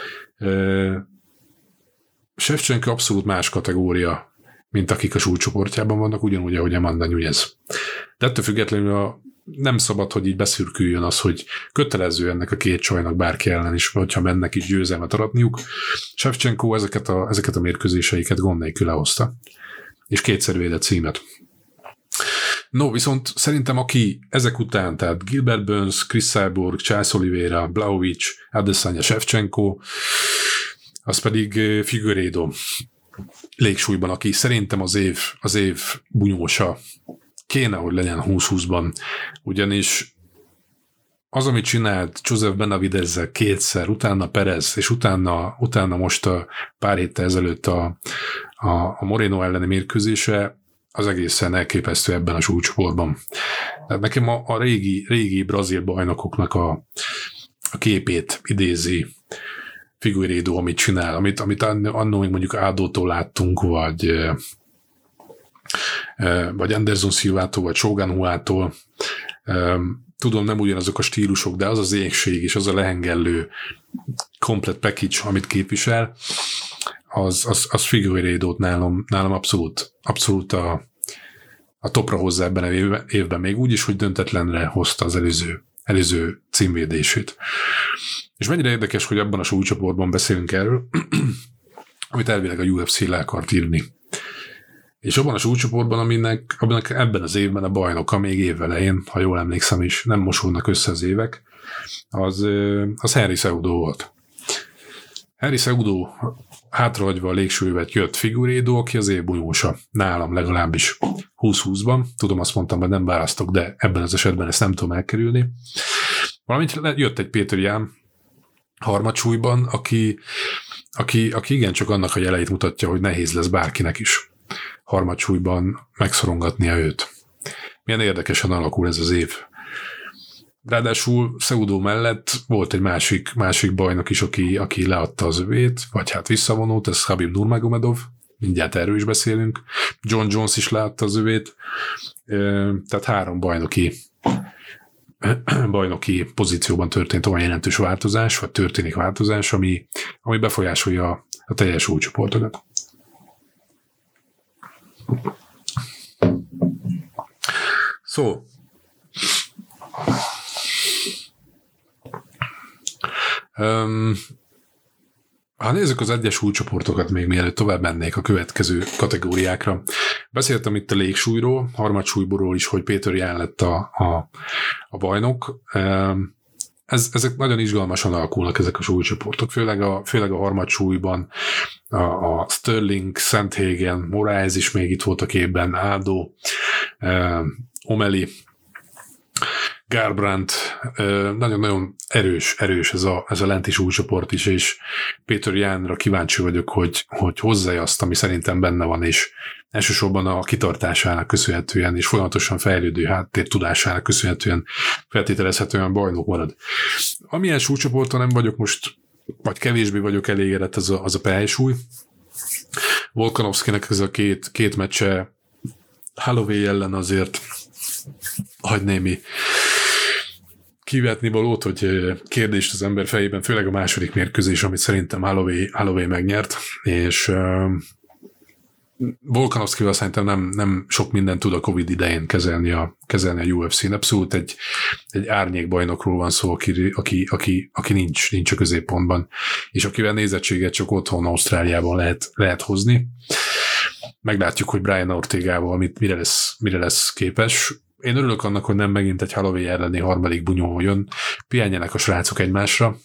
Shevchenko abszolút más kategória, mint akik a súlycsoportjában vannak, ugyanúgy, ahogy Amanda Nunes. De ettől függetlenül nem szabad, hogy így beszürküljön az, hogy kötelező ennek a két csajnak bárki ellen is, hogyha mennek is győzelmet aratniuk. Shevchenko ezeket a mérkőzéseiket gond nélkül lehozta, és kétszer védett címet. No, viszont szerintem aki ezek után, tehát Gilbert Burns, Chris Cyborg, Charles Oliveira, Vlahovic, Adesanya, Shevchenko, az pedig Figueiredo légsúlyban, aki szerintem az év bunyósa kéne, hogy legyen 20-20-ban, ugyanis az, amit csinált Joseph Benavidezzel kétszer, utána Perez, és utána most a pár héttel ezelőtt a Moreno elleni mérkőzése, az egészen elképesztő ebben a súlycsoportban. Tehát nekem a régi brazil bajnokoknak a képét idézi Figueiredo, amit csinál, amit annól még mondjuk Ádótól láttunk, vagy Anderson Silvától, vagy Shogun Huától. Tudom, nem ugyanazok a stílusok, de az az égség és az a lehengellő komplet package, amit képvisel, az Figueiredót nálam abszolút a topra hozza ebben a évben, még úgy is, hogy döntetlenre hozta az előző címvédését. És mennyire érdekes, hogy abban a súlycsoportban beszélünk erről, amit elvileg a UFC le akart írni. És abban a súlycsoportban, aminek ebben az évben a bajnoka még évelején, ha jól emlékszem is, nem mosulnak össze az évek, az Henry Cejudo volt. Henry Cejudo hátrahagyva a légsúlyvet jött Figueiredo, aki az év bunyósa, nálam legalábbis 20-20-ban. Tudom, azt mondtam, hogy nem választok, de ebben az esetben ezt nem tudom elkerülni. Valamint jött egy Péter Yan harmadsúlyban, aki igencsak annak a jeleit mutatja, hogy nehéz lesz bárkinek is harmadsúlyban megszorongatnia őt. Milyen érdekesen alakul ez az év. Ráadásul Cejudo mellett volt egy másik bajnok is, aki leadta az övét, vagy hát visszavonult, ez Khabib Nurmagomedov, mindjárt erről is beszélünk. John Jones is leadta az övét, tehát 3 bajnoki pozícióban történt olyan jelentős változás, vagy történik változás, ami befolyásolja a teljes súlycsoportokat. Ha nézzük az egyes súlycsoportokat még mielőtt tovább mennék a következő kategóriákra. Beszéltem itt a légsúlyról, harmadsúlyból is, hogy Peter Yan lett a bajnok. Ezek nagyon izgalmasan alakulnak ezek a súlycsoportok, főleg a harmadsúlyban a Sterling, Sandhagen, Moraes is még itt volt a képben, Aldo, O'Malley, Garbrandt, nagyon-nagyon erős ez a lenti súlycsoport is, és Peter Yanra kíváncsi vagyok, hogy hozzá azt, ami szerintem benne van, és elsősorban a kitartásának köszönhetően, és folyamatosan fejlődő háttér tudásának köszönhetően feltételezhetően bajnok marad. Amilyen súlycsoporton nem vagyok most, vagy kevésbé vagyok elégedett, az a pálysúly. Volkanovskinek ez a két meccse Holloway ellen azért hagy némi kivetni valót, hogy kérdést az ember fejében, főleg a második mérkőzés, amit szerintem Holloway megnyert, és Volkanovskival szerintem nem sok mindent tud a Covid idején kezelni a UFC-n. Abszolút egy árnyékbajnokról van szó, aki nincs a középpontban, és akivel nézettséget csak otthon Ausztráliában lehet hozni. Meglátjuk, hogy Brian Ortegával mire lesz képes. Én örülök annak, hogy nem megint egy Holloway elleni harmadik bunyó jön. Pihenjenek a srácok egymásra.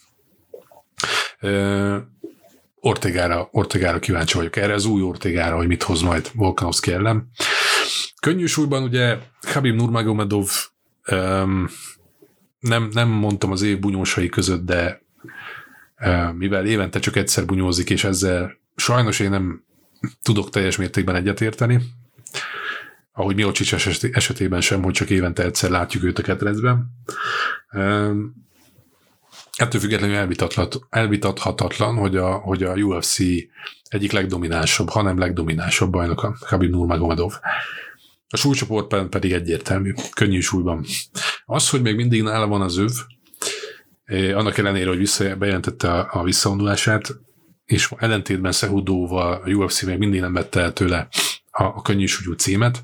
Ortegára kíváncsi vagyok. Erre az új Ortegára, hogy mit hoz majd Volkanovski ellen. Könnyű súlyban ugye Khabib Nurmagomedov nem mondtam az év bunyósai között, de mivel évente csak egyszer bunyózik, és ezzel sajnos én nem tudok teljes mértékben egyetérteni, ahogy Miocic esetében sem, hogy csak évente egyszer látjuk őt a ketrecben. Ettől függetlenül elvitathatatlan, hogy a UFC egyik legdominánsabb, hanem legdominánsabb bajnoka Khabib Nurmagomedov. A súlycsoportban pedig egyértelmű, könnyű súlyban. Az, hogy még mindig nála van az öv, annak ellenére, hogy bejelentette a visszavonulását, és ellentétben Cejudóval a UFC még mindig nem vette el tőle a könnyű súlyú címet,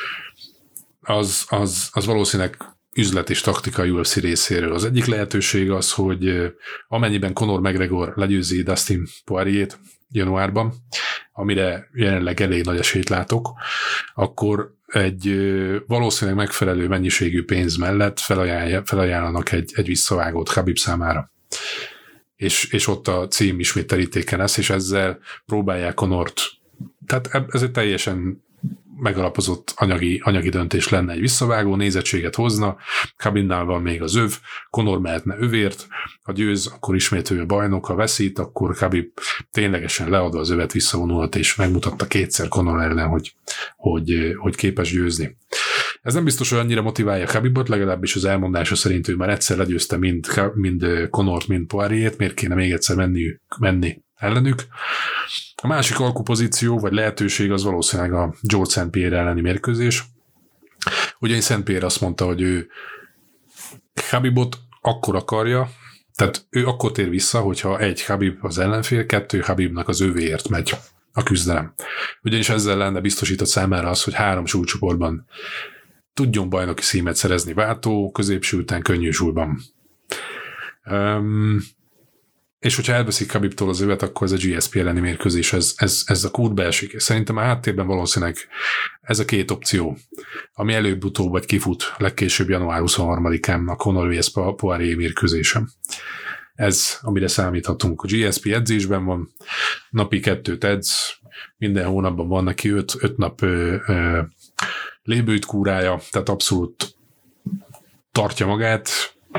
az valószínűleg üzlet és taktika a UFC részéről. Az egyik lehetőség az, hogy amennyiben Conor McGregor legyőzi Dustin Poirier-t januárban, amire jelenleg elég nagy esélyt látok, akkor egy valószínűleg megfelelő mennyiségű pénz mellett felajánlanak egy visszavágót Khabib számára. És ott a cím ismét terítéken lesz, és ezzel próbálják Conort. Tehát ez egy teljesen megalapozott anyagi döntés lenne, egy visszavágó, nézettséget hozna, Khabibnál van még az öv, Conor mehetne övért, ha győz, akkor ismét ő a bajnok, ha veszít, akkor Khabib ténylegesen leadva az övet visszavonulhat, és megmutatta kétszer Conor ellen, hogy képes győzni. Ez nem biztos, hogy annyira motiválja Khabibot, legalábbis az elmondása szerint ő már egyszer legyőzte mind Conort, mind Poirier-t, miért kéne még egyszer menni ellenük. A másik alkupozíció, vagy lehetőség az valószínűleg a George St. Pierre elleni mérkőzés. Ugyanis St. Pierre azt mondta, hogy ő Khabibot akkor akarja, tehát ő akkor tér vissza, hogyha 1 Khabib az ellenfél, 2 Khabibnak az övéért megy a küzdelem. Ugyanis ezzel lenne biztosított számára az, hogy 3 súlycsoportban tudjon bajnoki címet szerezni váltó, középsülten, könnyű súlyban. És hogyha elveszik Khabibtól az övet, akkor ez a GSP elleni mérkőzés, ez a kútbe esik. Szerintem a háttérben valószínűleg ez a 2 opció, ami előbb-utóbb vagy kifut legkésőbb január 23-án a Conor vs. Poirier mérkőzésem. Ez, amire számíthatunk. A GSP edzésben van, napi 2 edz, minden hónapban van neki 5 nap lébőt kúrája, tehát abszolút tartja magát.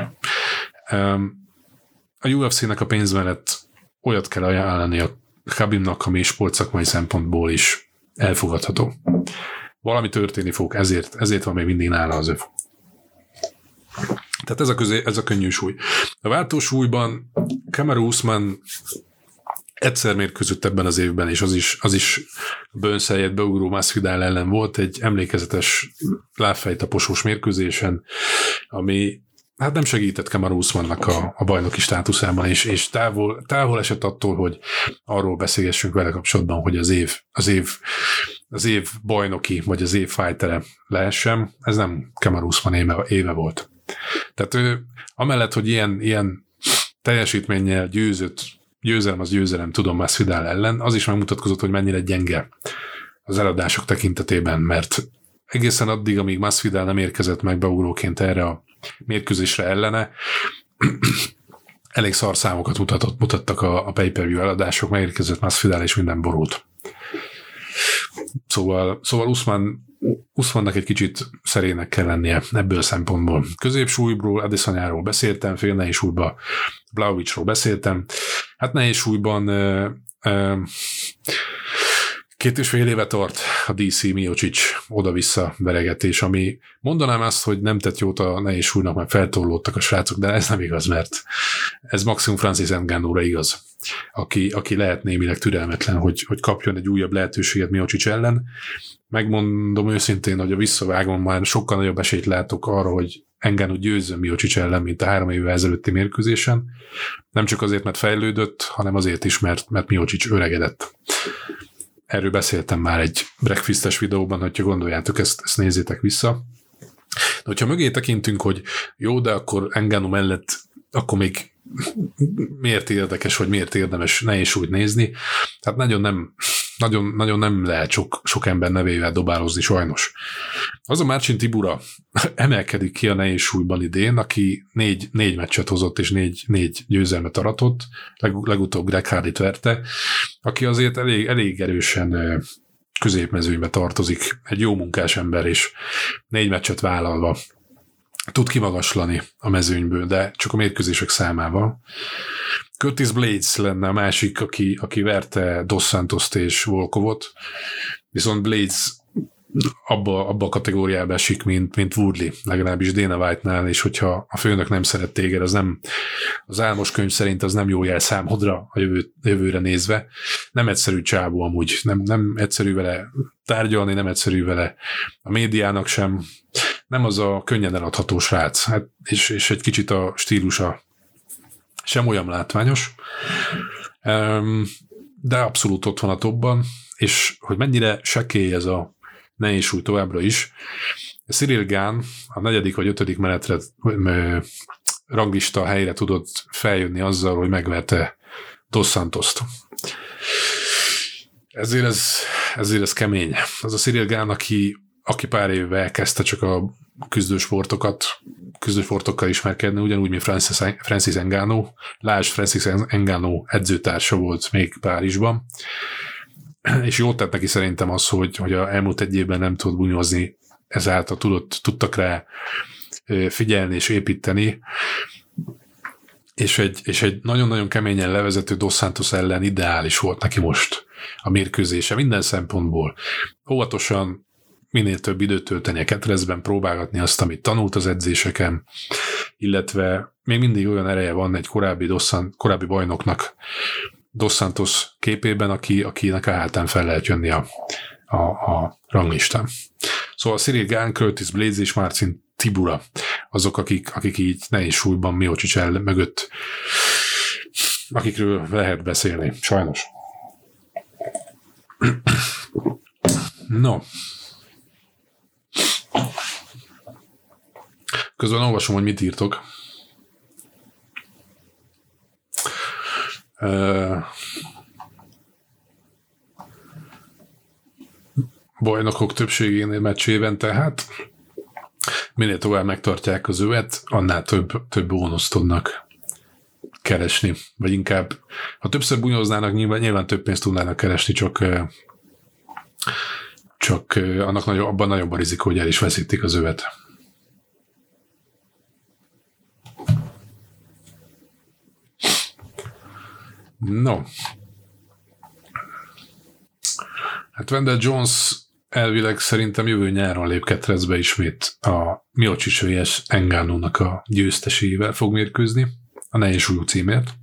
A UFC-nek a pénz mellett olyat kell ajánlani a Khabibnak, ami sportszakmai szempontból is elfogadható. Valami történni fog, ezért van még mindig nála az öv. Tehát ez a könnyű súly. A váltósúlyban Kamaru Usman egyszer mérkőzött ebben az évben, és az is Burns helyett beugró Masvidal ellen volt egy emlékezetes lábfejtaposós mérkőzésen, ami hát nem segített Kamaru Usmannak a bajnoki státuszában, és távol esett attól, hogy arról beszélgessünk vele kapcsolatban, hogy az év bajnoki, vagy az év fightere lehessen. Ez nem Kamaru Usman éve volt. Tehát ő amellett, hogy ilyen teljesítménnyel győzelem tudom Masvidal ellen, az is megmutatkozott, hogy mennyire gyenge az eladások tekintetében, mert egészen addig, amíg Masvidal nem érkezett meg beugróként erre a mérkőzésre ellene, elég szar számokat mutattak a pay-per-view eladások, megérkezett Masvidal és minden borult. Szóval Usmannak egy kicsit szerének kell lennie ebből a szempontból. Középsúlyból, Adesanyáról beszéltem, félnehéz súlyban Blachowicz-ról beszéltem. Hát nehéz súlyban 2,5 éve tart a DC Miocic oda-vissza veregetés, ami mondanám azt, hogy nem tett jót a nehéz súlynak, mert feltorlódtak a srácok, de ez nem igaz, mert ez maximum Francis Ngannóra igaz, aki lehet némileg türelmetlen, hogy kapjon egy újabb lehetőséget Miocic ellen. Megmondom őszintén, hogy a visszavágon már sokkal nagyobb esélyt látok arra, hogy Ngannou győzzön Miocic ellen, mint a 3 évvel ezelőtti mérkőzésen. Nem csak azért, mert fejlődött, hanem azért is, mert Miocic öregedett. Erről beszéltem már egy breakfastes videóban, hogyha gondoljátok, ezt nézzétek vissza. De hogyha mögé tekintünk, hogy jó, de akkor Ngannou mellett akkor még miért érdekes, vagy miért érdemes nehéz súlyt nézni? Tehát nagyon nem lehet sok ember nevével dobálozni sajnos. Az a Marcin Tybura emelkedik ki a nehéz súlyban idén, aki négy meccset hozott, és négy győzelmet aratott, legutóbb Greg Hardy-t verte, aki azért elég erősen középmezőnybe tartozik, egy jó munkás ember, és 4 meccset vállalva tud kimagaslani a mezőnyből, de csak a mérkőzések számával. Curtis Blades lenne a másik, aki verte Dos Santost és Volkovot, viszont Blades abba a kategóriába esik, mint Woodley, legalábbis Dana White-nál, és hogyha a főnök nem szeret téged, az álmos könyv szerint az nem jó jel számodra a jövőre nézve. Nem egyszerű csábú amúgy, nem egyszerű vele tárgyalni, nem egyszerű vele a médiának sem, nem az a könnyen eladható srác, hát, és egy kicsit a stílusa sem olyan látványos, de abszolút ott van a topban, és hogy mennyire sekély ez a nehéz súly továbbra is. Cyril Gane a 4. vagy 5. menetre ranglista helyre tudott feljönni azzal, hogy megverte Dos Santost. Ezért ez kemény. Az a Cyril Gane, aki pár éve elkezdte csak a küzdősportokkal ismerkedni, ugyanúgy, mint Francis Ngannou. Lásd, Francis Ngannou edzőtársa volt még Párizsban. És jót tett neki szerintem az, hogy a elmúlt 1 évben nem tudott bunyozni, ezáltal tudtak rá figyelni és építeni, és egy nagyon-nagyon keményen levezető Dos Santos ellen ideális volt neki most a mérkőzése minden szempontból. Óvatosan minél több időt tölteni a ketrezben, próbálgatni azt, amit tanult az edzéseken, illetve még mindig olyan ereje van egy korábbi bajnoknak, Dos Santos képében, akinek a hátán fel lehet jönni a ranglistán. Szóval Cyril Gane, Curtis Blades és Marcin Tybura azok, akik így nehéz súlyban Miocic mögött, akikről lehet beszélni, sajnos. No. Közben olvasom, hogy mit írtok. Bajnokok többségénél meccsében, tehát minél tovább megtartják az övet, annál több bónuszt tudnak keresni. Vagy inkább, ha többször bunyóznának, nyilván több pénzt tudnának keresni, csak abban nagyobb a rizikó, hogy el is veszítik az övet. No. Hát Wendell Jones elvileg szerintem jövő nyáron lép Ketrecbe ismét a Miocic Engánónak a győztesével fog mérkőzni a nehéz súlyú címért.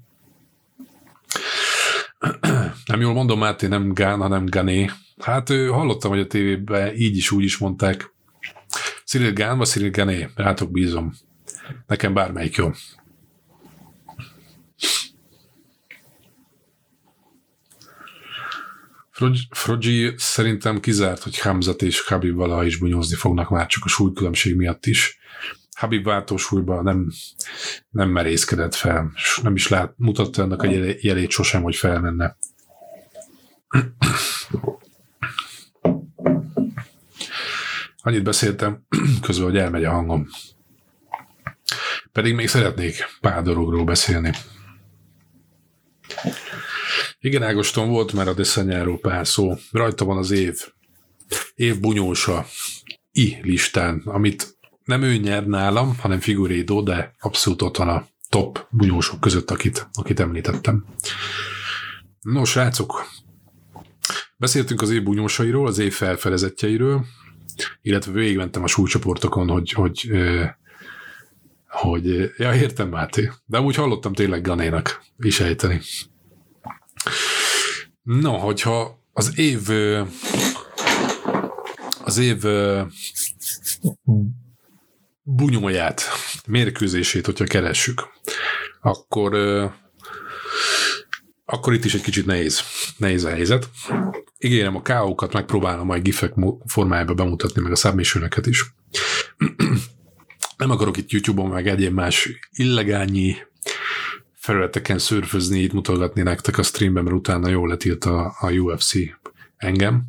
Nem jól mondom, Máté, nem Gán, hanem Gané. Hát hallottam, hogy a tévében így is úgy is mondták. Cyril Gán vagy Cyril Gané? Rátok bízom. Nekem bármelyik jó. Frogyi szerintem kizárt, hogy Hamzat és Khabib valaha is bunyózni fognak már csak a súlykülönbség miatt is. Khabib váltósúlyban nem merészkedett fel, és nem is mutatta ennek a jelét sosem, hogy felmenne. Annyit beszéltem közben, hogy elmegy a hangom. Pedig még szeretnék pár dologról beszélni. Igen, Ágoston, volt már a Desanyáról pár szó. Rajta van az év bunyósa listán, amit nem ő nyer nálam, hanem Figueiredo, de abszolút ott van a top bunyósok között, akit említettem. No, srácok, beszéltünk az év bunyósairól, az év felfedezettjeiről, illetve végigmentem a súlycsoportokon, hogy ja, értem, Máté, de amúgy hallottam tényleg Ganénak is ejteni. No, hogyha az év bunyóját, mérkőzését, hogyha keressük, akkor itt is egy kicsit nehéz a helyzet. Ígérem, a KO-kat megpróbálom majd gifek formájában bemutatni, meg a submissionöket is. Nem akarok itt YouTube-on meg egyéb más illegálnyi felületeken szörfözni, itt mutogatni nektek a streamben, mert utána jól letilt a UFC engem.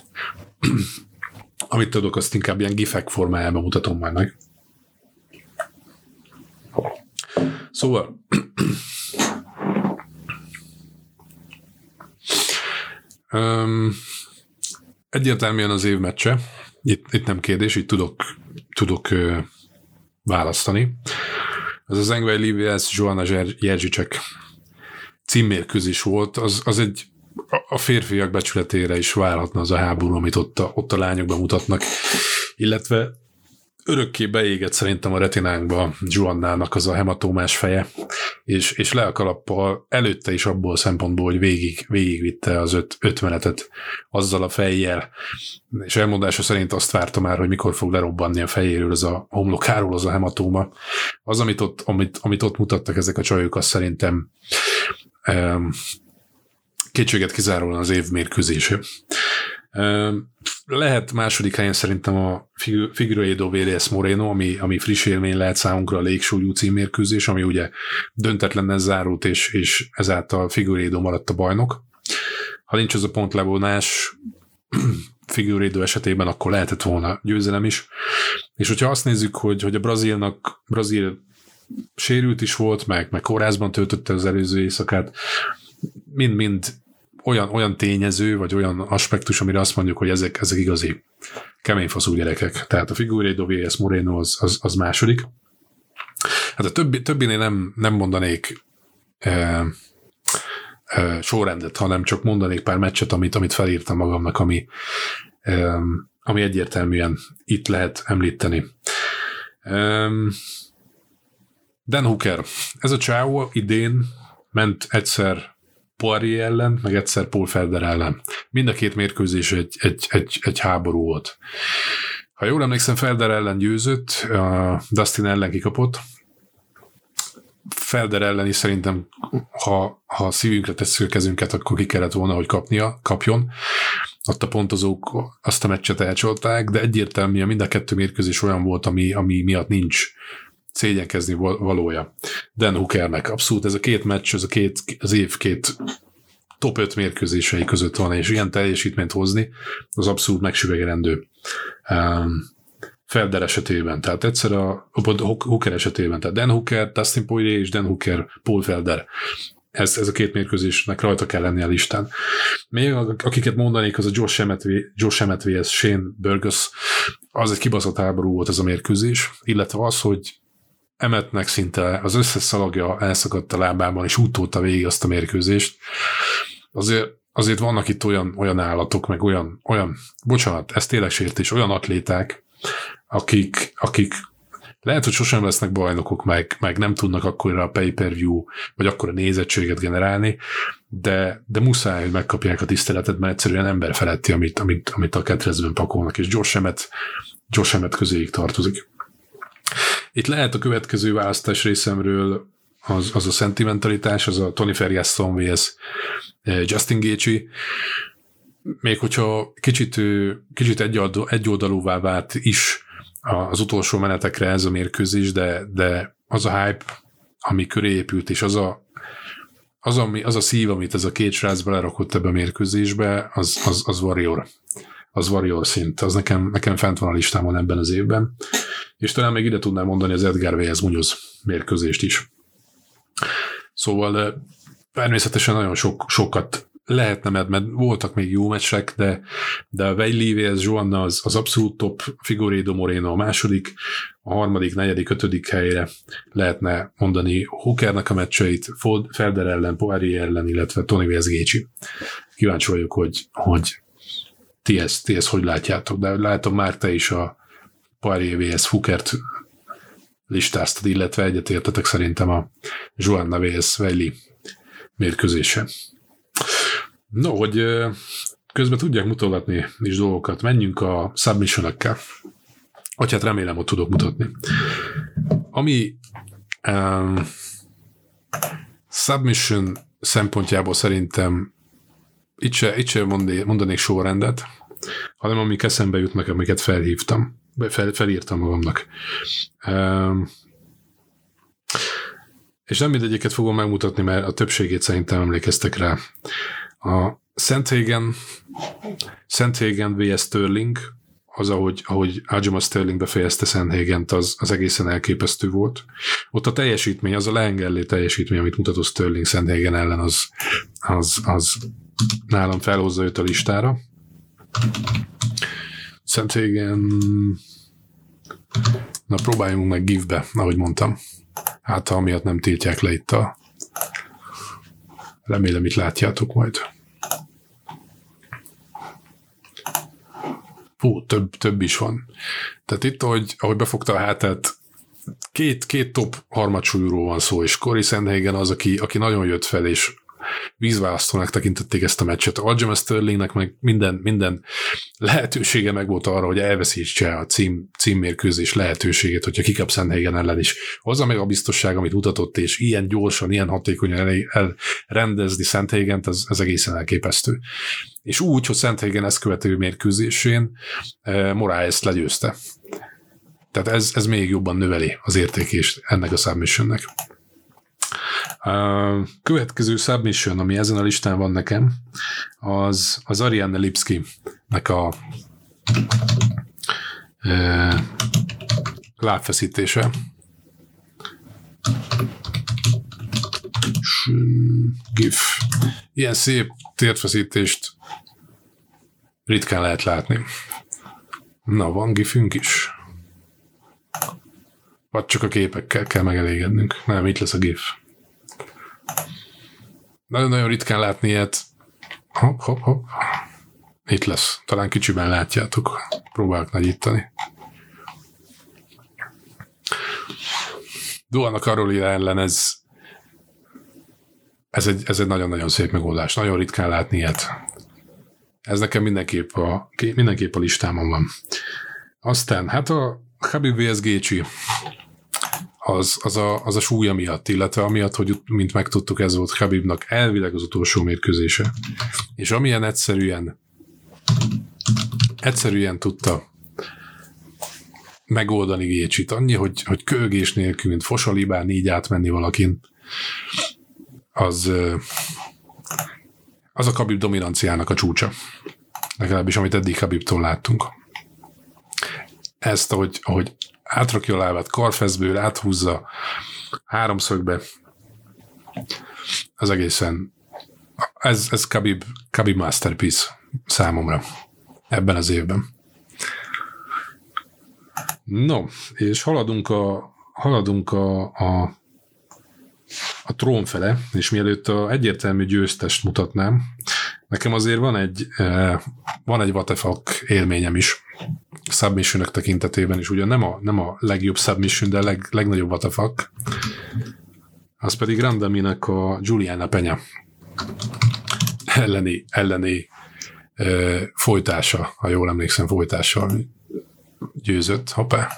Amit tudok, azt inkább ilyen gifek formájában mutatom majd meg. Szóval egyértelműen az év meccse. Itt nem kérdés, itt tudok választani. Ez az Zhang Weili vs. Joanna Jędrzejczyk címmérkőzés volt, az egy a férfiak becsületére is válhatna az a háború, amit ott a lányok bemutatnak, illetve örökké beégett szerintem a retinánkba Joannának az a hematómás feje, és le a kalappal előtte is abból a szempontból, hogy végigvitte az öt menetet azzal a fejjel, és elmondása szerint azt várta már, hogy mikor fog lerobbanni a fejéről, az a homlokáról az a hematóma. Az, amit ott mutattak ezek a csajok, az szerintem kétséget kizárólag az év mérkőzése. Lehet második helyen szerintem a Figueiredo vs. Moreno, ami friss élmény lehet számunkra, a légsúlyú címmérkőzés, ami ugye döntetlennel zárult, és ezáltal Figueiredo maradt a bajnok. Ha nincs az a pontlevonás Figueiredo esetében, akkor lehetett volna győzelem is. És hogyha azt nézzük, hogy a Brazil sérült is volt, meg kórházban töltötte az előző éjszakát, mind olyan tényező, vagy olyan aspektus, amire azt mondjuk, hogy ezek igazi keményfaszú gyerekek. Tehát a Figueiredo vs. Moreno az második. Hát a többinél nem mondanék sorrendet, hanem csak mondanék pár meccset, amit felírtam magamnak, ami egyértelműen itt lehet említeni. Dan Hooker. Ez a csávó idén ment egyszer Poirier ellen, meg egyszer Paul Felder ellen. Mind a két mérkőzés egy háború volt. Ha jól emlékszem, Felder ellen győzött, Dustin ellen kikapott. Felder ellen is szerintem, ha szívünkre tesszük a kezünket, akkor ki kellett volna, hogy kapjon. Ott a pontozók azt a meccset elcsolták, de egyértelműen mind a kettő mérkőzés olyan volt, ami miatt nincs szégyenkezni valója. Dan Hookernek abszolút ez a két meccs, az év két top 5 mérkőzései között van, és ilyen teljesítményt hozni, az abszolút megsüvegelendő. Felder esetében, tehát egyszer a Hooker esetében, tehát Dan Hooker, Dustin Poirier és Dan Hooker, Paul Felder. Ez a két mérkőzésnek rajta kell lenni a listán. Még akiket mondanék, az a Josh Emmett vs. Shane Burgos, az egy kibaszott háború volt ez a mérkőzés, illetve az, hogy Emmettnek szinte az összes szalagja elszakadt a lábában, és úgy tolta végig azt a mérkőzést. Azért azért vannak itt olyan állatok, meg olyan bocsánat, ez tényleg sértés, olyan atléták, akik lehet, hogy sosem lesznek bajnokok, meg nem tudnak akkora a pay-per-view, vagy akkora nézettséget generálni, de muszáj, hogy megkapják a tiszteletet, mert egyszerűen ember feletti, amit a ketrezben pakolnak, és Josh Emmett közéig tartozik. Itt lehet a következő választás részemről az a szentimentalitás, az a Tony Ferguson vs. Justin Gaethje, még hogyha kicsit egyoldalúvá vált is az utolsó menetekre ez a mérkőzés, de az a hype, ami köré épült, és az a szív, amit ez a két srác belerakott ebbe a mérkőzésbe, az Warrior. Az Warrior szint. Az nekem fent van a listámon ebben az évben. És talán még ide tudnám mondani az Edgar vs. Munoz mérkőzést is. Szóval természetesen nagyon sokat lehetne, mert voltak még jó meccsek, de a Weili vs. Joanna az abszolút top, Figueiredo Moreno a második, a harmadik, negyedik, ötödik helyre lehetne mondani Hookernek a meccseit, Felder ellen, Poirier ellen, illetve Tony vs. Gaethje. Kíváncsi vagyok, hogy ti ezt hogy látjátok, de látom már te is a Poirier vs. Hookert listáztad, illetve egyetértetek szerintem a Joanna vs. Weili mérkőzése. No, hogy közben tudják mutogatni is dolgokat, menjünk a submission-ökkel. Vagy hát remélem, hogy tudok mutatni. Ami submission szempontjából szerintem itt se mondanék sorrendet, hanem amik eszembe jutnak, amiket felírtam magamnak. És nem mindegyiket fogom megmutatni, mert a többségét szerintem emlékeztek rá. A Sandhagen vs. Sterling, az, ahogy Aljamain Sterling befejezte Sandhagent, az egészen elképesztő volt. Ott a teljesítmény, az a leengellé teljesítmény, amit mutatott Sterling Sandhagen ellen, az nálam felhozza őt a listára. Sandhagen... Na, próbáljunk meg give-be, ahogy mondtam. Hát, ha amiatt nem tiltják le itt a... Remélem, itt látjátok majd. Fú, több is van. Tehát itt, ahogy befogta a hátát, két top harmadsúlyúról van szó, és Corey Sandhagen az, aki nagyon jött fel, és vízválasztónak tekintették ezt a meccset. Aljamain Sterlingnek meg minden lehetősége meg volt arra, hogy elveszítse a címmérkőzés lehetőségét, hogyha kikap Sandhagen ellen is. Az a meg a biztosság, amit mutatott, és ilyen gyorsan, ilyen hatékonyan elrendezni Sandhagent, az egészen elképesztő. És úgy, hogy Sandhagen ezt követő mérkőzésén Moraes legyőzte. Tehát ez még jobban növeli az értékést ennek a submissionnek. A következő submission, ami ezen a listán van nekem, az Ariane Lipski-nek a lábfeszítése. GIF. Ilyen szép térfeszítést ritkán lehet látni. Na, van gifünk is. Vagy csak a képekkel kell megelégednünk. Nem, itt lesz a gif. Nagyon-nagyon ritkán látni ilyet. Hopp. Itt lesz. Talán kicsiben látjátok. Próbálok nagyítani. Duana Karolina ellen ez egy nagyon-nagyon szép megoldás. Nagyon ritkán látni ilyet. Ez nekem mindenképp a listámon van. Aztán, hát a Khabib vs. Gaethje az a súlya miatt, illetve amiatt, hogy mint megtudtuk, ez volt Khabibnak elvileg az utolsó mérkőzése. És amilyen egyszerűen tudta megoldani Gaethje-t, annyi, hogy kölgés nélkül, mint fosalibán így átmenni valakin, az a Khabib dominanciának a csúcsa. Legalábbis, amit eddig Khabibtól láttunk. Ezt, ahogy átrakja a lábát, karfeszből áthúzza háromszögbe, az egészen ez Khabib masterpiece számomra ebben az évben. No, és haladunk a trón fele, és mielőtt a egyértelmű győztest mutatnám, Nekem azért van egy what the fuck élményem is submissionök tekintetében is. Ugyan nem a legjobb submission, de a legnagyobb what the fuck. Az pedig Randaminek a Juliana Penya elleni folytása, ha jól emlékszem, folytással győzött. Hoppá.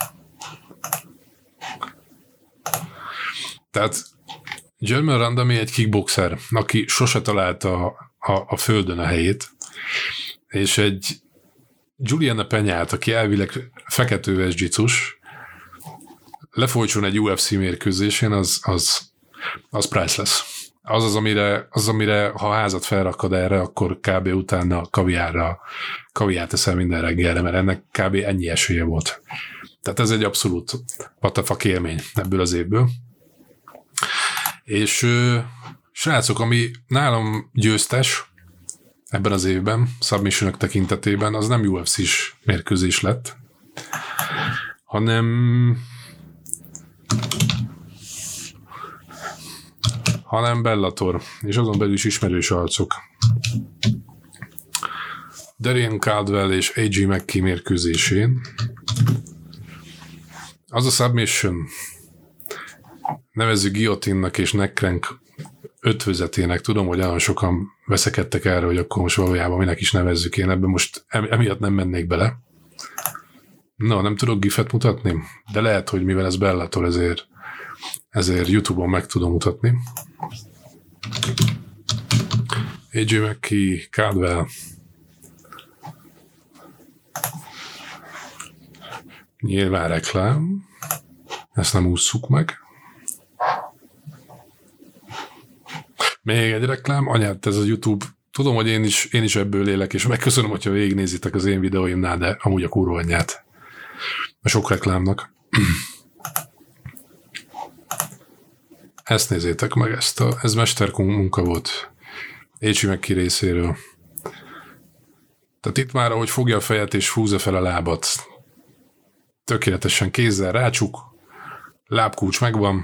Tehát German Randami egy kickboxer, aki sose találta a földön a helyét, és egy Juliana Penyát, aki elvileg feketőves dzsicus, lefolytson egy UFC mérkőzésén, az priceless. Az, amire ha házat felrakod erre, akkor kb. Utána kaviárt eszel minden reggelre, mert ennek kb. Ennyi esélye volt. Tehát ez egy abszolút what the fuck élmény ebből az évből. És srácok, ami nálam győztes ebben az évben, submissionok tekintetében, az nem UFC-s mérkőzés lett, hanem Bellator, és azon belül is ismerős arcok. Darren Caldwell és A.J. McKee mérkőzésén az a submission, nevezzük guillotine-nak és neckcrank ötvözetének, tudom, hogy olyan sokan veszekedtek erre, hogy akkor most valójában minek is nevezzük, én ebben most emiatt nem mennék bele. No, nem tudok gifet mutatni, de lehet, hogy mivel ez Bellator, ezért YouTube-on meg tudom mutatni. A.J. McKee, Caldwell. Nyilván reklám. Ezt nem ússzuk meg. Még egy reklám. Anyád, ez a YouTube. Tudom, hogy én is ebből élek, és megköszönöm, hogyha végignézitek az én videóimnál, de amúgy a kurva anyját. A sok reklámnak. Ezt nézzétek meg, ez mestermunka volt A.J. McKee részéről. Tehát itt már, ahogy fogja a fejet és húzza fel a lábat, tökéletesen kézzel rácsuk, lábkulcs megvan.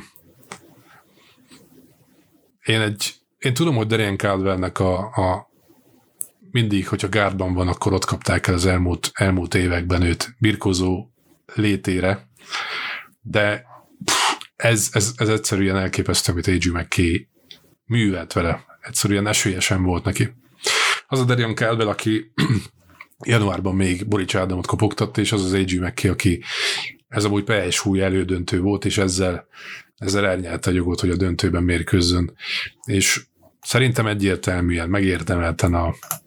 Én tudom, hogy Darren Caldwellnek a mindig, hogyha gárdban van, akkor ott kapták el az elmúlt években őt birkózó létére, de ez egyszerűen elképesztő, amit A.J. McKee művelt vele. Egyszerűen esélye sem volt neki. Az a Darren Caldwell, aki januárban még Borics Ádámot kopogtatta, és az A.J. McKee, aki ez amúgy PSV elődöntő volt, és ezzel elnyelte a jogot, hogy a döntőben mérkőzzön. És szerintem egyértelműen megérdemelten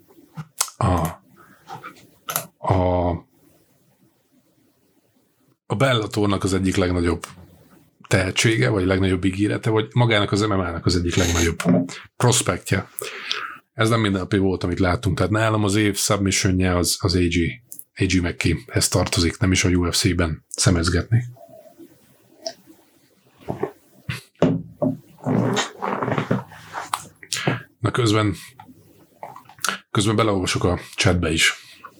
a Bellatornak az egyik legnagyobb tehetsége, vagy legnagyobb ígérete, vagy magának az MMA-nak az egyik legnagyobb prospektje. Ez nem mindennapi volt, amit láttunk. Tehát nálam az év submissionje az A.J. McKee-hez tartozik, nem is a UFC-ben szemezgetni. Na közben beleolvasok a chatbe is.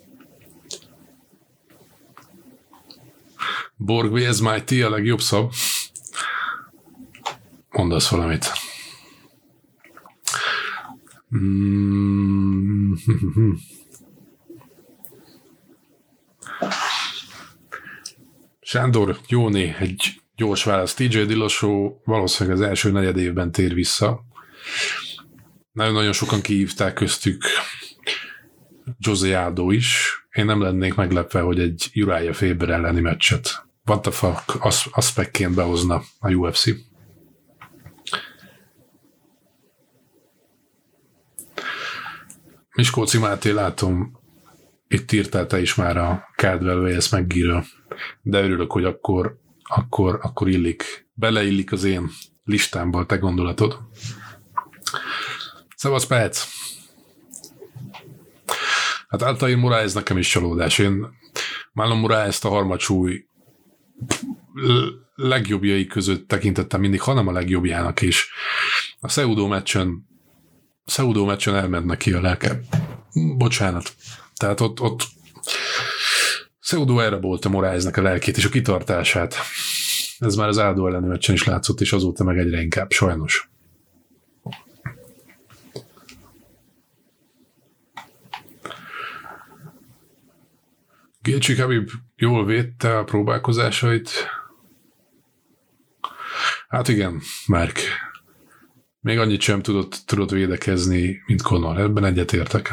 Borg vs. Mighty a legjobb szab. Mondasz valamit. Sándor Jóné, egy gyors válasz. TJ Dillashaw valószínűleg az első negyed évben tér vissza. Nagyon-nagyon sokan kihívták, köztük Jose Aldo is. Én nem lennék meglepve, hogy egy Uriah Faber elleni meccset what the fuck aspektként behozna a UFC. Miskolci Máté, látom, itt írtál te is már a Caldwell vs. McGee-ről, de örülök, hogy akkor beleillik az én listámba a te gondolatod. Szevasz, Pec! Hát Altair Moraes nekem is csalódás. Én Marlon Moraes-t a harmadsúly legjobbjai között tekintettem mindig, hanem a legjobbjának is. A Cejudo meccsen elment neki a lelke. Bocsánat. Tehát ott Cejudo elrabolta Moraesnek a lelkét és a kitartását. Ez már az Aldo elleni meccsen is látszott, és azóta meg egyre inkább, sajnos. Gaethje Khabib jól védte a próbálkozásait. Hát igen, Márk. Még annyit sem tudott védekezni, mint Conor. Ebben egyetértek.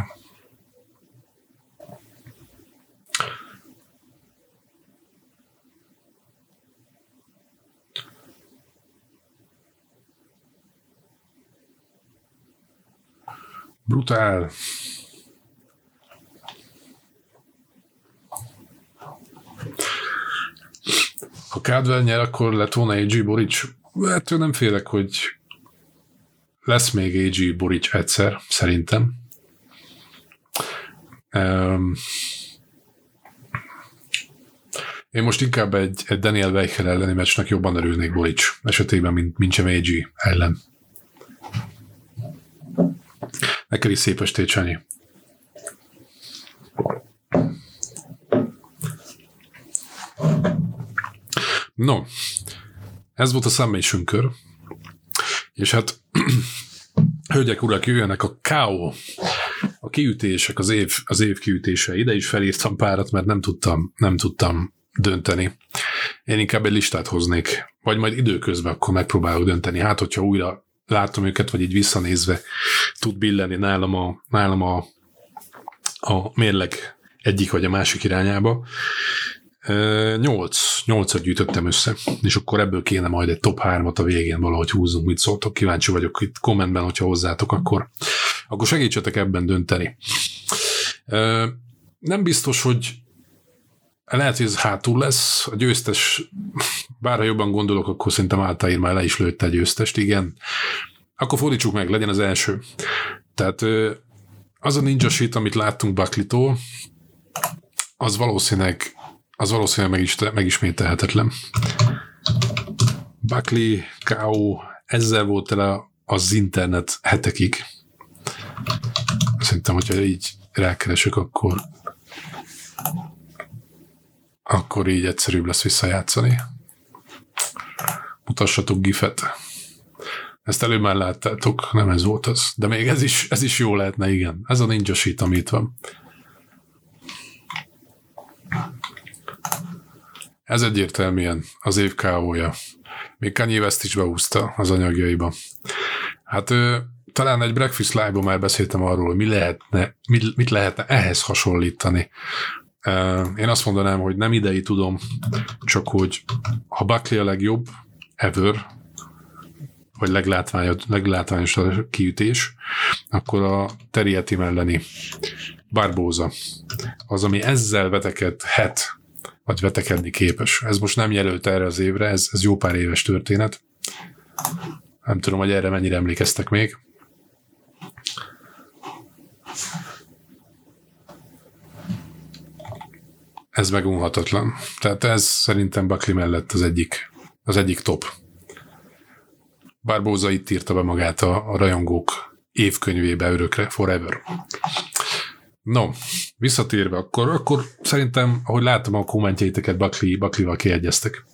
Brutál. Ha Caldwell nyer, akkor lett volna AJ Borics. Ettől nem félek, hogy lesz még AJ Borics egyszer, szerintem. Én most inkább egy Daniel Weichel elleni meccsnek jobban örülnék Borics esetében, mint sem AJ ellen. Neked is szép estét, Sanyi. No, ez volt a Summation kör, és hát hölgyek, urak, jöjjenek a KO, a kiütések, az év kiütése. Ide is felírtam párat, mert nem tudtam dönteni. Én inkább egy listát hoznék, vagy majd időközben akkor megpróbálok dönteni. Hát, hogyha újra látom őket, vagy így visszanézve tud billenni nálam a mérleg egyik vagy a másik irányába. 8-at gyűjtöttem össze, és akkor ebből kéne majd egy top 3-at a végén valahogy húzzunk, mit szóltok. Kíváncsi vagyok itt kommentben, hogyha hozzátok, akkor segítsetek ebben dönteni. Nem biztos, hogy lehet, hogy ez hátul lesz. A győztes, bár ha jobban gondolok, akkor szerintem Altair már le is lőtte a győztest, igen. Akkor fordítsuk meg, legyen az első. Tehát az a ninja shit, amit láttunk Buckley-tól, az valószínűleg megismételhetetlen. Buckley, KO, ezzel volt tele az internet hetekig. Szerintem, hogyha így rákeresek, akkor így egyszerűbb lesz visszajátszani. Mutassatok gifet. Ezt előbb már láttátok, nem ez volt az. De még ez is jó lehetne, igen. Ez a ninja shit, ami itt van. Ez egyértelműen az év KO-ja. Még Kanye West is behúzta az anyagjaiba. Hát talán egy Breakfast Live-ban már beszéltem arról, hogy mit lehetne ehhez hasonlítani. Én azt mondanám, hogy nem idei tudom, csak hogy ha Buckley a legjobb ever, vagy leglátványos a kiütés, akkor a Terry Etim elleni Barboza az, ami ezzel vetekedhet, vagy vetekedni képes. Ez most nem jelölt erre az évre, ez jó pár éves történet. Nem tudom, hogy erre mennyire emlékeztek még. Ez megunhatatlan. Tehát ez szerintem Buckley mellett az egyik top. Barboza itt írta be magát a rajongók évkönyvébe örökre, forever. No, visszatérve, akkor szerintem, ahogy látom a kommentjeiteket, Buckley-val kiegyeztek.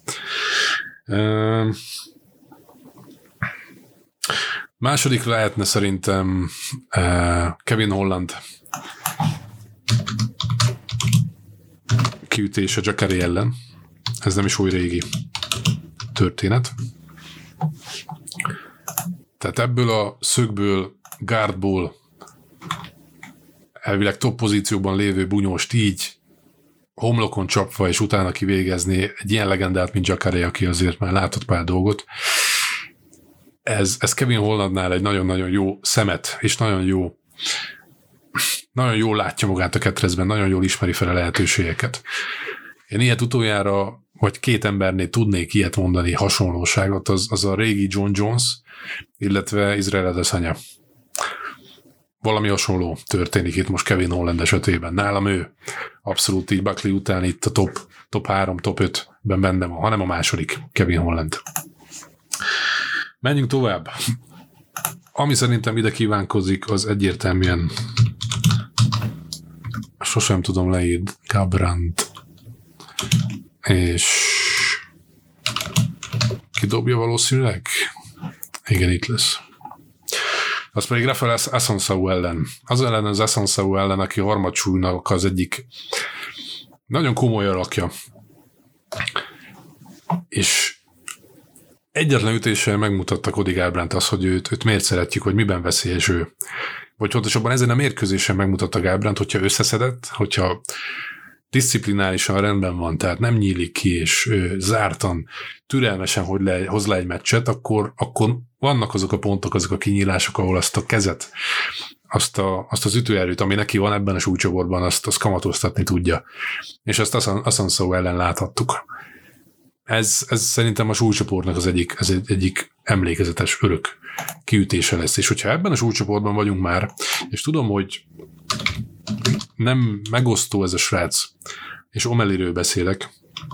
Második lehetne szerintem Kevin Holland kiütése Jacare ellen. Ez nem is oly régi történet. Tehát ebből a szögből, guardból elvileg top pozícióban lévő bunyóst így homlokon csapva, és utána kivégezni egy ilyen legendát, mint Jacare, aki azért már látott pár dolgot. Ez Kevin Hollandnál egy nagyon-nagyon jó szemet, és nagyon jól látja magát a ketrezben, nagyon jól ismeri fel a lehetőségeket. Én ilyet utoljára, vagy két embernél tudnék ilyet mondani, hasonlóságot, az a régi John Jones, illetve Israel Adesanya. Valami hasonló történik itt most Kevin Holland esetében. Nálam ő abszolút így Buckley után itt a top 3, top 5-ben benne van, hanem a második Kevin Holland. Menjünk tovább. Ami szerintem ide kívánkozik, az egyértelműen sosem tudom leírni, Garbrandt, és kidobja valószínűleg? Igen, itt lesz. Az pedig Rafael Assunção ellen. Az ellen, aki harmadsúlynak az egyik nagyon komoly alakja. És egyetlen ütéssel megmutatta Cody Garbrandt azt, hogy őt miért szeretjük, hogy miben veszélyes ő. Vagy pontosabban ezen a mérkőzésen megmutatta Garbrandt, hogyha összeszedett, hogyha diszciplinálisan rendben van, tehát nem nyílik ki, és zártan, türelmesen hoz le egy meccset, akkor vannak azok a pontok, azok a kinyílások, ahol azt a kezet, azt az ütőerőt, ami neki van ebben a súlycsoportban, azt kamatoztatni tudja. És ezt Assunção ellen láthattuk. Ez szerintem a súlycsoportnak az egyik emlékezetes örök kiütése lesz. És hogyha ebben a súlycsoportban vagyunk már, és tudom, hogy nem megosztó ez a srác, és O'Malleyről beszélek,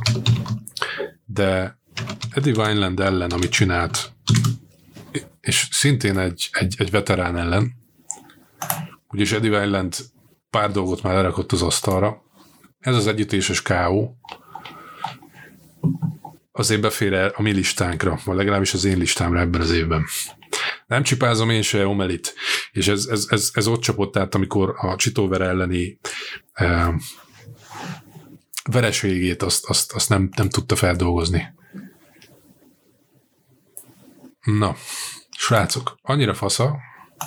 de Eddie Wineland ellen, amit csinált, és szintén egy veterán ellen, úgyis Eddie Wineland pár dolgot már lerakott az asztalra, ez az együttéses KO azért befér el a mi listánkra, vagy legalábbis az én listámra ebben az évben. Nem csipázom én se O'Malleyt, és ez ott csapott át, amikor a Chitover elleni vereségét azt nem tudta feldolgozni. Na, srácok, annyira fasza,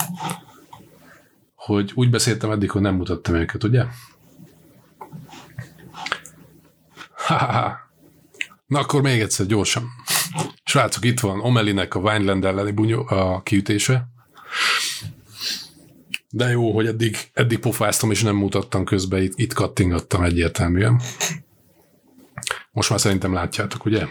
hogy úgy beszéltem eddig, hogy nem mutattam őket, ugye? Ha-ha-ha. Na akkor még egyszer gyorsan. Srácok, itt van O'Malleynek a Wineland elleni a kiütése. De jó, hogy eddig pofáztam, és nem mutattam közben, itt kattingattam egyértelműen. Most már szerintem látjátok, ugye?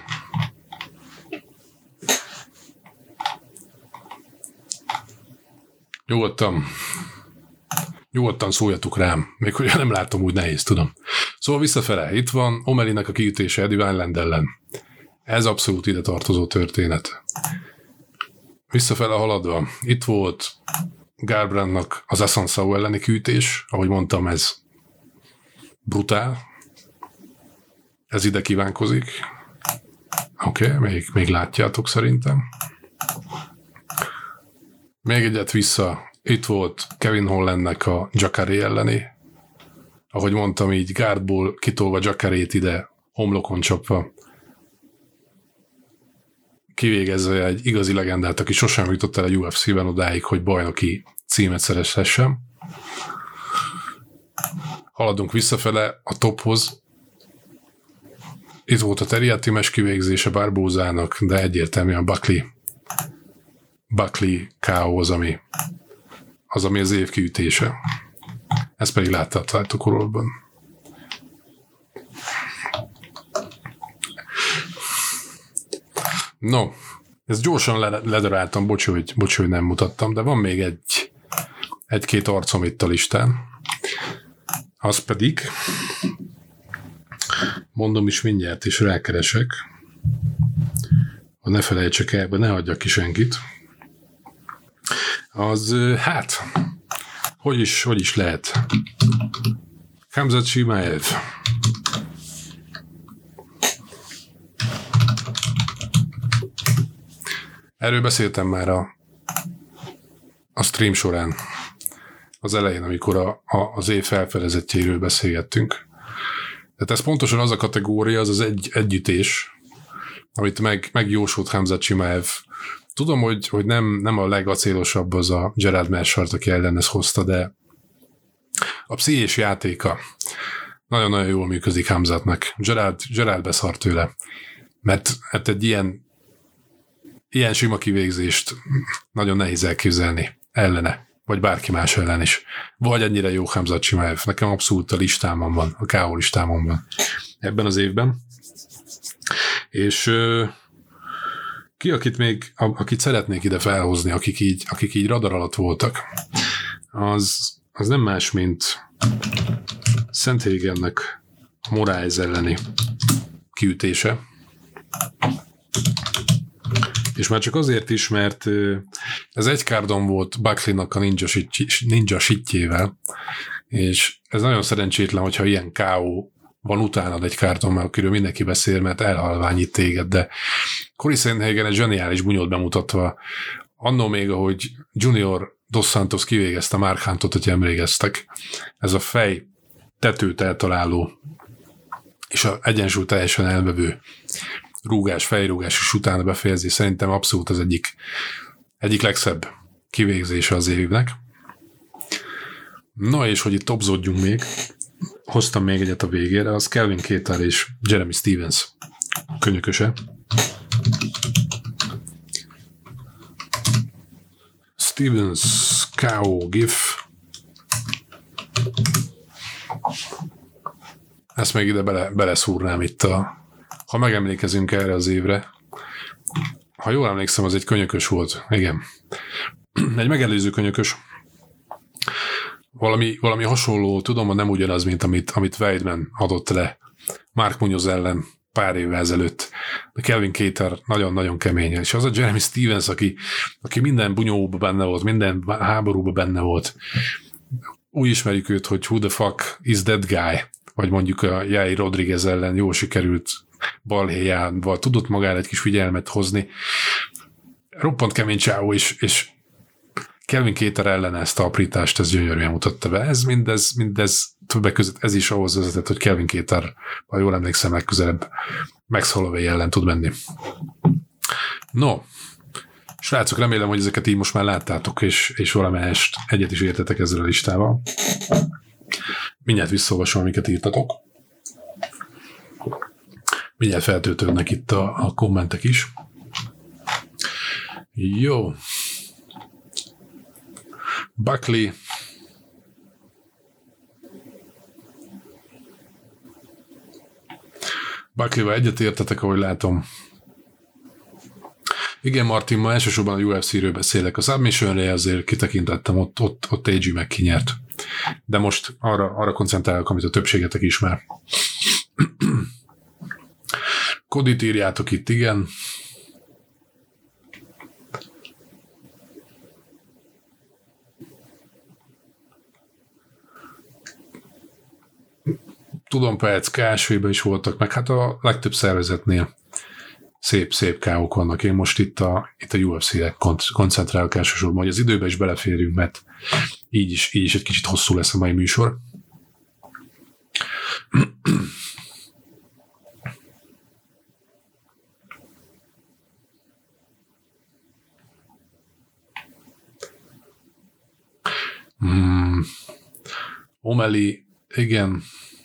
Nyugodtan szóljatok rám, még hogy nem látom, úgy nehéz, tudom. Szóval visszafele, itt van O'Malleynek a kiütése Eddie Wineland ellen. Ez abszolút ide tartozó történet. Visszafele haladva, itt volt Garbrandtnak az Assunção elleni kiütés, ahogy mondtam, ez brutál. Ez ide kívánkozik. Oké, még látjátok szerintem. Még egyet vissza, itt volt Kevin Hollandnek a Jacare elleni. Ahogy mondtam, így gárdból kitolva Jacarét ide, homlokon csapva. Kivégezve egy igazi legendát, aki sosem jutott el a UFC-ben odáig, hogy bajnoki címet szerezhessen. Haladunk visszafele a tophoz. Itt volt a Teriati-mes kivégzése Barbózának, de egyértelműen Buckley KO az, ami az év kiütése. Ezt pedig láttátok orrban. No, ezt gyorsan ledaráltam, bocs, hogy nem mutattam, de van még egy-két arcom itt a listán. Az pedig, mondom is mindjárt, és rákeresek, ha ne felejtsek el, ne hagyjak ki senkit. Az, hát, hogy is lehet? Khamzat Chimaev. Erről beszéltem már a stream során, az elején, amikor az év felfedezettjéről beszélgettünk. Tehát ez pontosan az a kategória, az együttés, amit megjósolt Khamzat Chimaev. Tudom, hogy nem a legacélosabb az a Gerald Meerschaert, aki ellen ezt hozta, de a pszichés játéka nagyon-nagyon jól működik Khamzatnak. Gerald beszart tőle, mert egy ilyen sima kivégzést nagyon nehéz elképzelni ellene, vagy bárki más ellen is. Vagy ennyire jó Khamzat Chimaev. Nekem abszolút a listámon van, a KO listámon van ebben az évben. És akit szeretnék ide felhozni, akik így radar alatt voltak, az nem más, mint Sandhagennek a Moraes elleni kiütése. És már csak azért is, mert ez egy kárdon volt Buckleynak a ninja shitjével, és ez nagyon szerencsétlen, hogyha ilyen KO van utánad egy kárdon, akiről mindenki beszél, mert elhalványít téged, de Cory Sandhagen egy zseniális bunyót bemutatva, annó még, ahogy Junior Dos Santos kivégezte Mark Huntot, hogy emlékeztek, ez a fej tetőt eltaláló és az egyensúly teljesen elvevő rúgás, fejrúgás és utána befejezés szerintem abszolút az egyik legszebb kivégzése az évnek. Na és hogy itt topzódjunk még, hoztam még egyet a végére, az Calvin Kattar és Jeremy Stevens könyököse. Stevens K.O. GIF. Ezt meg ide beleszúrnám itt ha megemlékezünk erre az évre. Ha jól emlékszem, az egy könyökös volt. Igen. Egy megelőző könyökös. Valami hasonló, tudom, hogy nem ugyanaz, mint amit Weidman adott le Mark Munoz ellen pár évvel ezelőtt. De Calvin Kattar nagyon-nagyon kemény. És az a Jeremy Stevens, aki minden bunyóban benne volt, minden háborúban benne volt. Úgy ismerjük őt, hogy who the fuck is that guy? Vagy mondjuk a Jair Rodriguez ellen jól sikerült balhéjával tudott magára egy kis figyelmet hozni. Roppant kemény csávó, és Calvin Kattar ellen ezt a aprítást, ez gyönyörűen mutatta be. Mindez többek között ez is ahhoz vezetett, hogy Calvin Kattar, ha jól emlékszem, legközelebb Max Holloway ellen tud menni. No, srácok, remélem, hogy ezeket így most már láttátok, és valamelyest egyet is értetek ezzel a listával. Mindjárt visszaolvasom, amiket írtatok. Mindjárt feltöltődnek itt a kommentek is. Jó. Buckley. Buckley-val egyet értetek, ahogy látom. Igen, Martin, ma elsősorban a UFC-ről beszélek. A Submission-re azért kitekintettem, ott AJ meg kinyert. De most arra koncentrálok, amit a többségetek ismer. Kodit írjátok itt, igen. Tudom, perc KSV-ben is voltak, meg hát a legtöbb szervezetnél szép KO-k vannak. Én most itt a UFC-re koncentrálok elsősorban, hogy az időbe is beleférjünk, mert így is egy kicsit hosszú lesz a mai műsor. O'Malley, igen.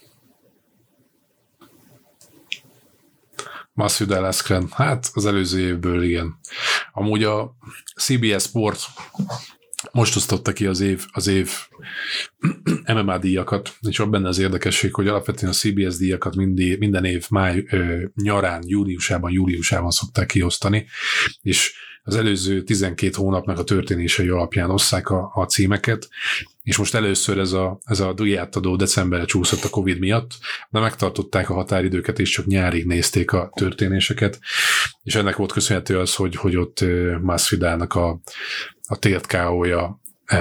Masvidal Askren, hát az előző évből, igen. Amúgy a CBS Sport most osztotta ki az év MMA díjakat, és ott benne az érdekesség, hogy alapvetően a CBS díjakat minden év nyarán, júliusában szokták kiosztani, és az előző 12 hónapnak a történései alapján osszák a címeket, és most először ez a díjátadó decemberre csúszott a Covid miatt, de megtartották a határidőket, és csak nyárig nézték a történéseket, és ennek volt köszönhető az, hogy ott Masvidalnak a tért KO-ja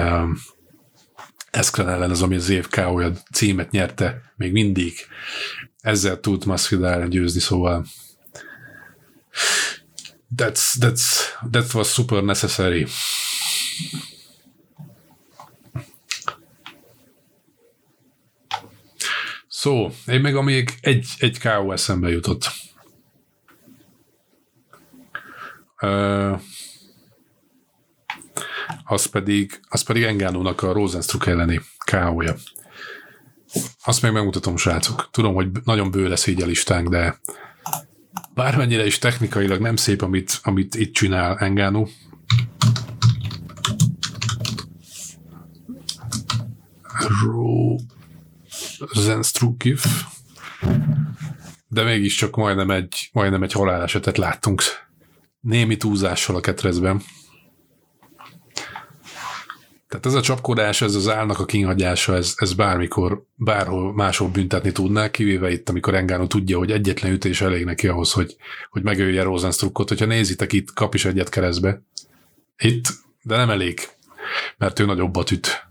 Askren ellen az, ami az év KO-ja címet nyerte, még mindig ezzel tud Masvidal győzni, szóval that was super necessary. Szó, én meg amíg egy KO eszembe jutott. Az pedig Ngannounak a Rozenstruik elleni KO-ja. Azt még megmutatom, srácok. Tudom, hogy nagyon bő lesz így a listánk, de bármennyire is technikailag nem szép, amit itt csinál Ngannou. Rozenstruik, de mégiscsak majdnem egy halálesetet láttunk némi túlzással a ketrezben. Tehát ez a csapkodás, ez az állnak a kínhagyása, ez bármikor, bárhol máshol büntetni tudná, kivéve itt, amikor Ngannou tudja, hogy egyetlen ütés elég neki ahhoz, hogy megölje Rozenstruikot. Hogyha nézitek, itt kap is egyet keresztbe. Itt, de nem elég, mert ő nagyobbat üt.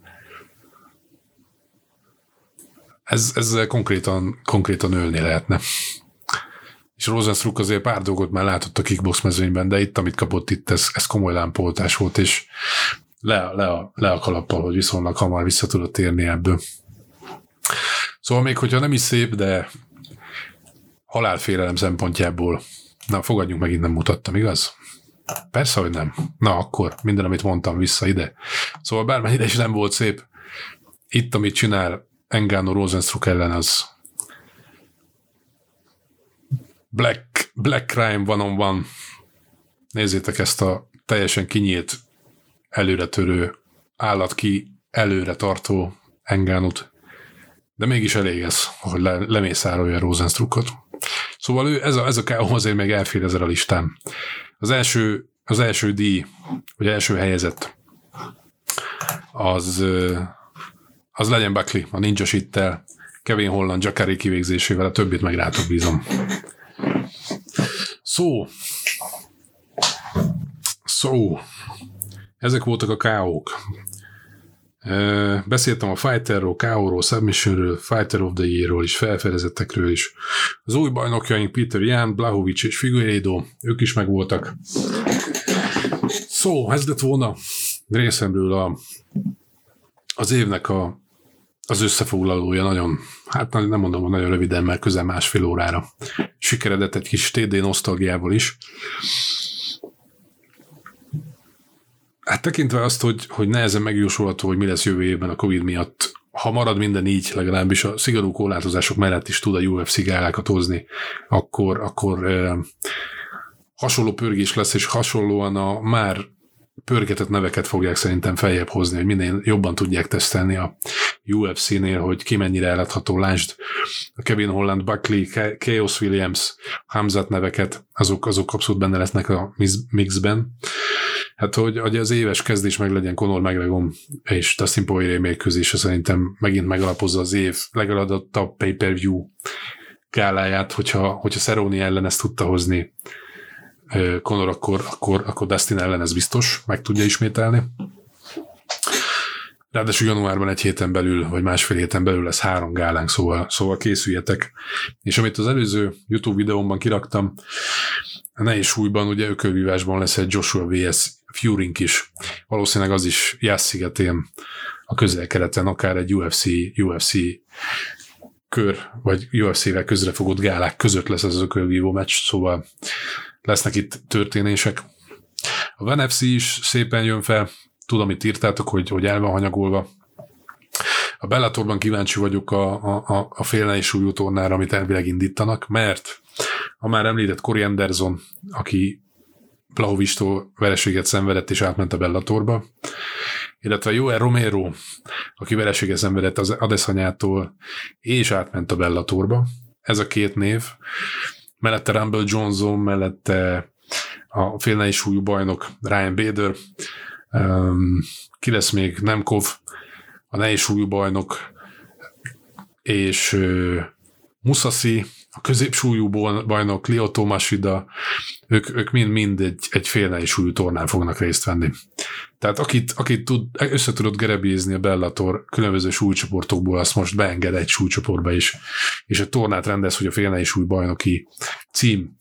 Ezzel konkrétan ölni lehetne. És Rozenstruik azért pár dolgot már látott a kickbox mezőnyben, de itt, amit kapott itt, ez komoly lámpoltás volt, és le a kalappal, hogy viszonylag hamar vissza tudott érni ebből. Szóval még hogyha nem is szép, de halálfélelem szempontjából, na fogadjunk megint nem mutattam, igaz? Persze, hogy nem. Na akkor minden, amit mondtam, vissza ide. Szóval bármennyire is nem volt szép, itt, amit csinál Ngannou Rozenstruik ellen, az Black Crime one-on-one. Nézzétek ezt a teljesen kinyílt, előretörő, állatki előre tartó Ngannout. De mégis elég ez, hogy lemészárolja Rozenstruikot. Szóval ő, ez a KO azért még elfér ezer a listán. Az első díj, vagy első helyezett, az legyen Buckley, a Ninja Shit-tel, Kevin Holland Jacare kivégzésével, a többit meg rátok bízom. Ezek voltak a KO-k. Beszéltem a Fighterról, KO-ról, Submissionről, Fighter of the Year-ról is, felfedezettekről is. Az új bajnokjaink Peter Yan, Blachowicz és Figueiredo, ők is megvoltak. Ez lett volna részemről az évnek az összefoglalója nagyon, hát nem mondom, hogy nagyon röviden, mert közel másfél órára sikeredett egy kis TD nosztalgiával is. Hát tekintve azt, hogy nehezen megjósolható, hogy mi lesz jövő évben a Covid miatt, ha marad minden így, legalábbis a szigorú korlátozások mellett is tud a UFC gálákat hozni, akkor hasonló pörgés lesz, és hasonlóan a már pörgetett neveket fogják szerintem feljebb hozni, hogy minél jobban tudják tesztelni a UFC-nél, hogy ki mennyire eladható. Lásd a Kevin Holland, Buckley, Chaos Williams, Hamzat neveket, azok abszolút benne lesznek a mixben. Hát, hogy az éves kezdés meg legyen Conor McGregor és Dustin Poirier mérkőzése, szerintem megint megalapozza az év legeladottabb pay-per-view gáláját, hogyha Cerrone ellen ezt tudta hozni Conor, akkor Dustin ellen ez biztos meg tudja ismételni. Ráadásul januárban egy héten belül, vagy másfél héten belül lesz 3 gálánk, szóval készüljetek. És amit az előző YouTube videómban kiraktam, a nehéz súlyban, ugye ökölvívásban lesz egy Joshua vs. Furyink is. Valószínűleg az is Jász-szigetén, a közel-keleten, akár egy UFC kör, vagy UFC-vel közrefogott gálák között lesz ez az ökölvívó meccs, szóval lesznek itt történések. A One FC is szépen jön fel, tudom, itt írtátok, hogy el van hanyagolva. A Bellatorban kíváncsi vagyok a félnei súlyú tornára, amit elvileg indítanak, mert a már említett Corey Anderson, aki Blachowicz-tól vereséget szenvedett és átment a Bellatorba, illetve Joel Romero, aki vereséget szenvedett az Adesanyától és átment a Bellatorba. Ez a 2 név. Mellette Rumble Johnson, mellette a félnei súlyú bajnok Ryan Bader, ki lesz még Nemkov, a nehéz súlyú bajnok, és Musashi, a középsúlyú bajnok, Lyoto Machida, ők mind egy félnei súlyú tornán fognak részt venni. Tehát akit össze tudod gerebézni a Bellator különböző súlycsoportokból, azt most beenged egy súlycsoportba is, és a tornát rendez, hogy a félnei súly bajnoki cím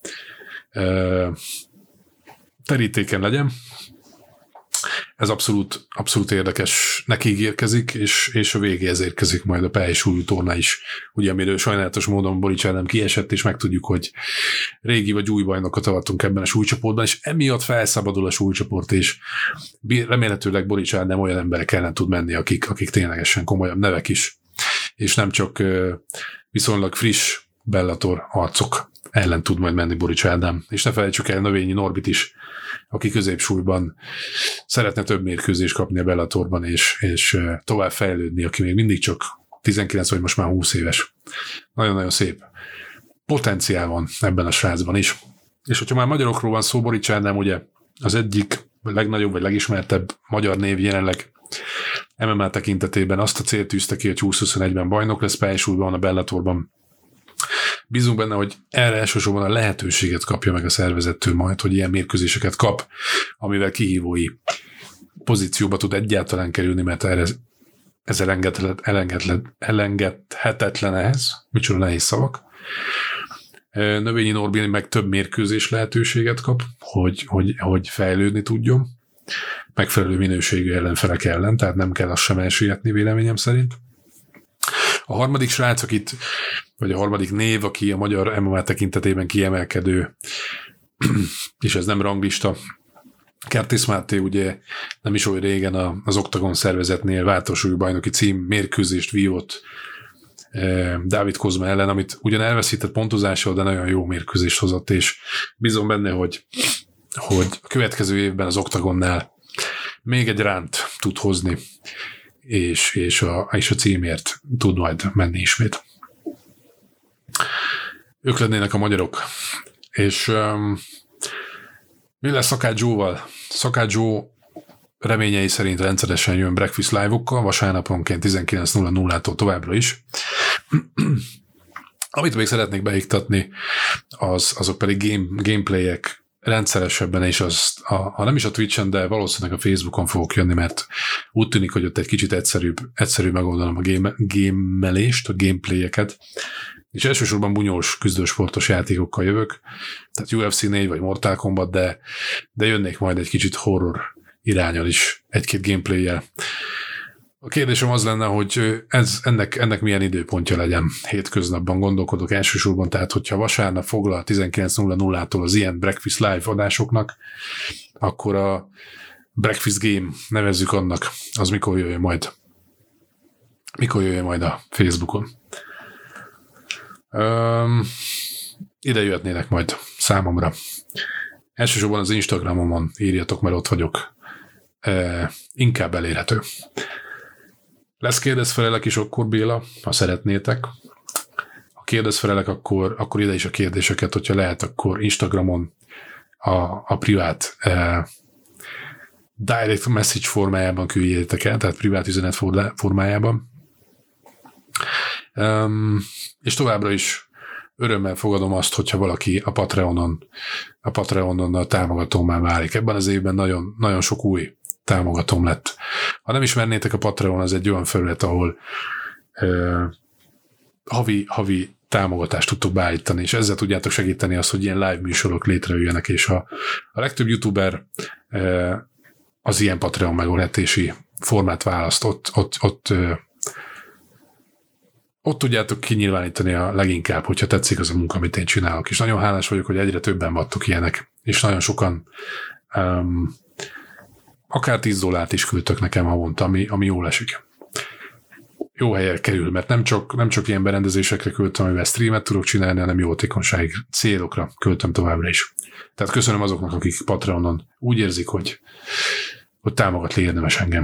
terítéken legyen. Ez abszolút érdekes, neki ígérkezik, és a végéhez érkezik majd a pálysúlyú torna is. Ugye, amiről sajnálatos módon Borics Ádám kiesett, és megtudjuk, hogy régi vagy új bajnokot avattunk ebben a súlycsoportban, és emiatt felszabadul a súlycsoport, és remélhetőleg Borics Ádám olyan emberek ellen tud menni, akik ténylegesen komolyabb nevek is, és nem csak viszonylag friss Bellator arcok ellen tud majd menni Borics Ádám. És ne felejtsük el Növényi Norbit is, aki középsúlyban szeretne több mérkőzést kapni a Bellatorban, és tovább fejlődni, aki még mindig csak 19 vagy most már 20 éves. Nagyon-nagyon szép potenciál van ebben a srácban is. És hogyha már magyarokról van szó, Borics Ádám ugye az egyik legnagyobb vagy legismertebb magyar név jelenleg MMA tekintetében azt a célt tűzte ki, hogy 2021-ben bajnok lesz pálysúlyban a Bellatorban. Bízunk benne, hogy erre elsősorban a lehetőséget kapja meg a szervezettől majd, hogy ilyen mérkőzéseket kap, amivel kihívói pozícióba tud egyáltalán kerülni, mert ez elengedhetetlen ehhez. Micsoda nehéz szavak. Növényi Norbi meg több mérkőzés lehetőséget kap, hogy fejlődni tudjon. Megfelelő minőségű ellenfelek ellen, tehát nem kell azt sem elsietni véleményem szerint. A harmadik srác, vagy a harmadik név, aki a magyar MMA tekintetében kiemelkedő, és ez nem ranglista. Kertész Máté ugye nem is olyan régen az Oktagon szervezetnél váltósúlyú bajnoki cím mérkőzést vívott Dávid Kozma ellen, amit ugyan elveszített pontozással, de nagyon jó mérkőzést hozott, és bízom benne, hogy a következő évben az Oktagonnál még egy ránt tud hozni, és a címért tud majd menni ismét. Ők lennének a magyarok. És mi lesz Szakács Joe-val? Szakács Joe reményei szerint rendszeresen jön Breakfast Live-okkal, vasárnaponként 19:00-tól továbbra is. Amit még szeretnék beiktatni, azok pedig gameplayek rendszeresebben, és ha nem is a Twitch-en, de valószínűleg a Facebookon fogok jönni, mert úgy tűnik, hogy ott egy kicsit egyszerűbb megoldanom a gamelést, a gameplayeket, és elsősorban bunyós, küzdősportos játékokkal jövök, tehát UFC 4 vagy Mortal Kombat, de jönnék majd egy kicsit horror irányon is, egy-két gameplay-jel. A kérdésem az lenne, hogy ennek milyen időpontja legyen. Hétköznapban gondolkodok elsősorban, tehát hogyha vasárnap foglal 19:00-tól az ilyen Breakfast Live adásoknak, akkor a Breakfast Game, nevezzük annak, az mikor jöjjön majd a Facebookon. Ide jöhetnének majd számomra. Elsősorban az Instagramomon írjatok, mert ott vagyok. Inkább elérhető. Lesz kérdezfelelek is akkor, Béla, ha szeretnétek. Ha kérdezfelelek, akkor ide is a kérdéseket, hogyha lehet, akkor Instagramon a privát direct message formájában küldjétek el, tehát privát üzenet formájában. És továbbra is örömmel fogadom azt, hogyha valaki a Patreonon a támogatómmá válik. Ebben az évben nagyon, nagyon sok új támogatóm lett. Ha nem ismernétek, a Patreon az egy olyan felület, ahol havi támogatást tudtok beállítani, és ezzel tudjátok segíteni azt, hogy ilyen live műsorok létrejöjjenek, és a legtöbb youtuber az ilyen Patreon megoldási formát választ. Ott tudjátok kinyilvánítani a leginkább, hogyha tetszik az a munka, amit én csinálok. És nagyon hálás vagyok, hogy egyre többen vagytok ilyenek, és nagyon sokan akár $10 is küldtök nekem havonta, ami jól esik. Jó helyen kerül, mert nem csak ilyen berendezésekre költöm, amivel streamet tudok csinálni, hanem jótékonysági célokra költöm továbbra is. Tehát köszönöm azoknak, akik Patreonon úgy érzik, hogy támogatni érdemes engem.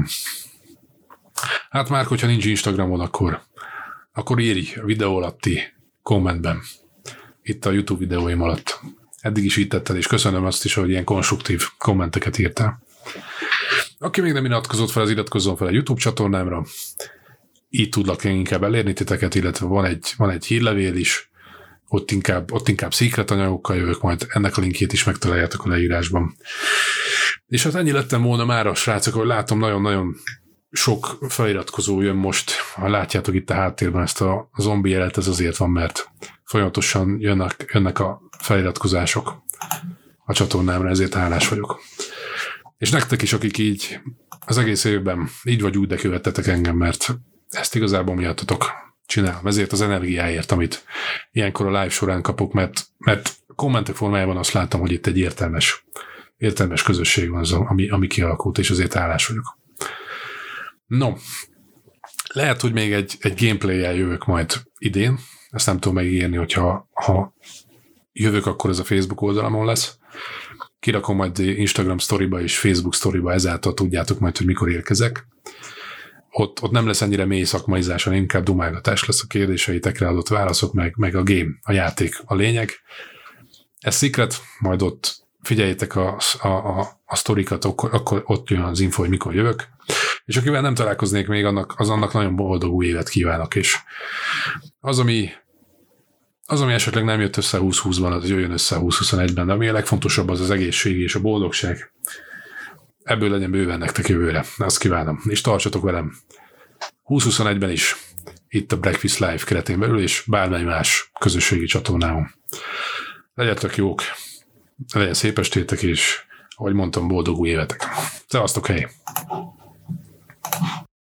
Hát már, hogyha nincs Instagramon, akkor írj a videó alatti kommentben. Itt a YouTube videóim alatt. Eddig is így tetted, és köszönöm azt is, hogy ilyen konstruktív kommenteket írtál. Aki még nem iratkozott fel, az iratkozzon fel a YouTube csatornámra. Így tudlak inkább elérni titeket, illetve van egy hírlevél is, ott inkább secret anyagokkal jövök, majd ennek a linkjét is megtaláljátok a leírásban. És hát ennyi lettem volna mára, srácok, hogy látom, nagyon-nagyon sok feliratkozó jön most. Ha látjátok itt a háttérben ezt a zombi jelet, ez azért van, mert folyamatosan jönnek a feliratkozások a csatornámra, ezért hálás vagyok. És nektek is, akik így az egész évben így vagy úgy, de követtetek engem, mert ezt igazából miattatok csinálom. Ezért az energiáért, amit ilyenkor a live során kapok, mert kommentek formájában azt láttam, hogy itt egy értelmes közösség van, ami kialakult, és azért hálás vagyok. No, lehet, hogy még egy gameplay-jel jövök majd idén, ezt nem tudom megígérni, hogyha jövök, akkor ez a Facebook oldalamon lesz. Kirakom majd Instagram sztoriba és Facebook sztoriba, ezáltal tudjátok majd, hogy mikor érkezek. Ott nem lesz ennyire mély szakmaizás, hanem inkább dumálgatás lesz a kérdéseitekre adott válaszok, meg a game, a játék a lényeg. Ez secret, majd ott figyeljétek a sztorikat, akkor ott jön az info, hogy mikor jövök. És akivel nem találkoznék még, annak nagyon boldog új évet kívánok, és az, ami esetleg nem jött össze 2020-ban, az jöjjön össze 2021-ben, de ami a legfontosabb, az egészség és a boldogság. Ebből legyen bőven nektek jövőre. Azt kívánom. És tartsatok velem 2021-ben is itt a Breakfast Live keretén belül, és bármely más közösségi csatornámon. Legyetek jók, legyen szép estétek, és ahogy mondtam, boldog új évetek. Szevasztok, hely!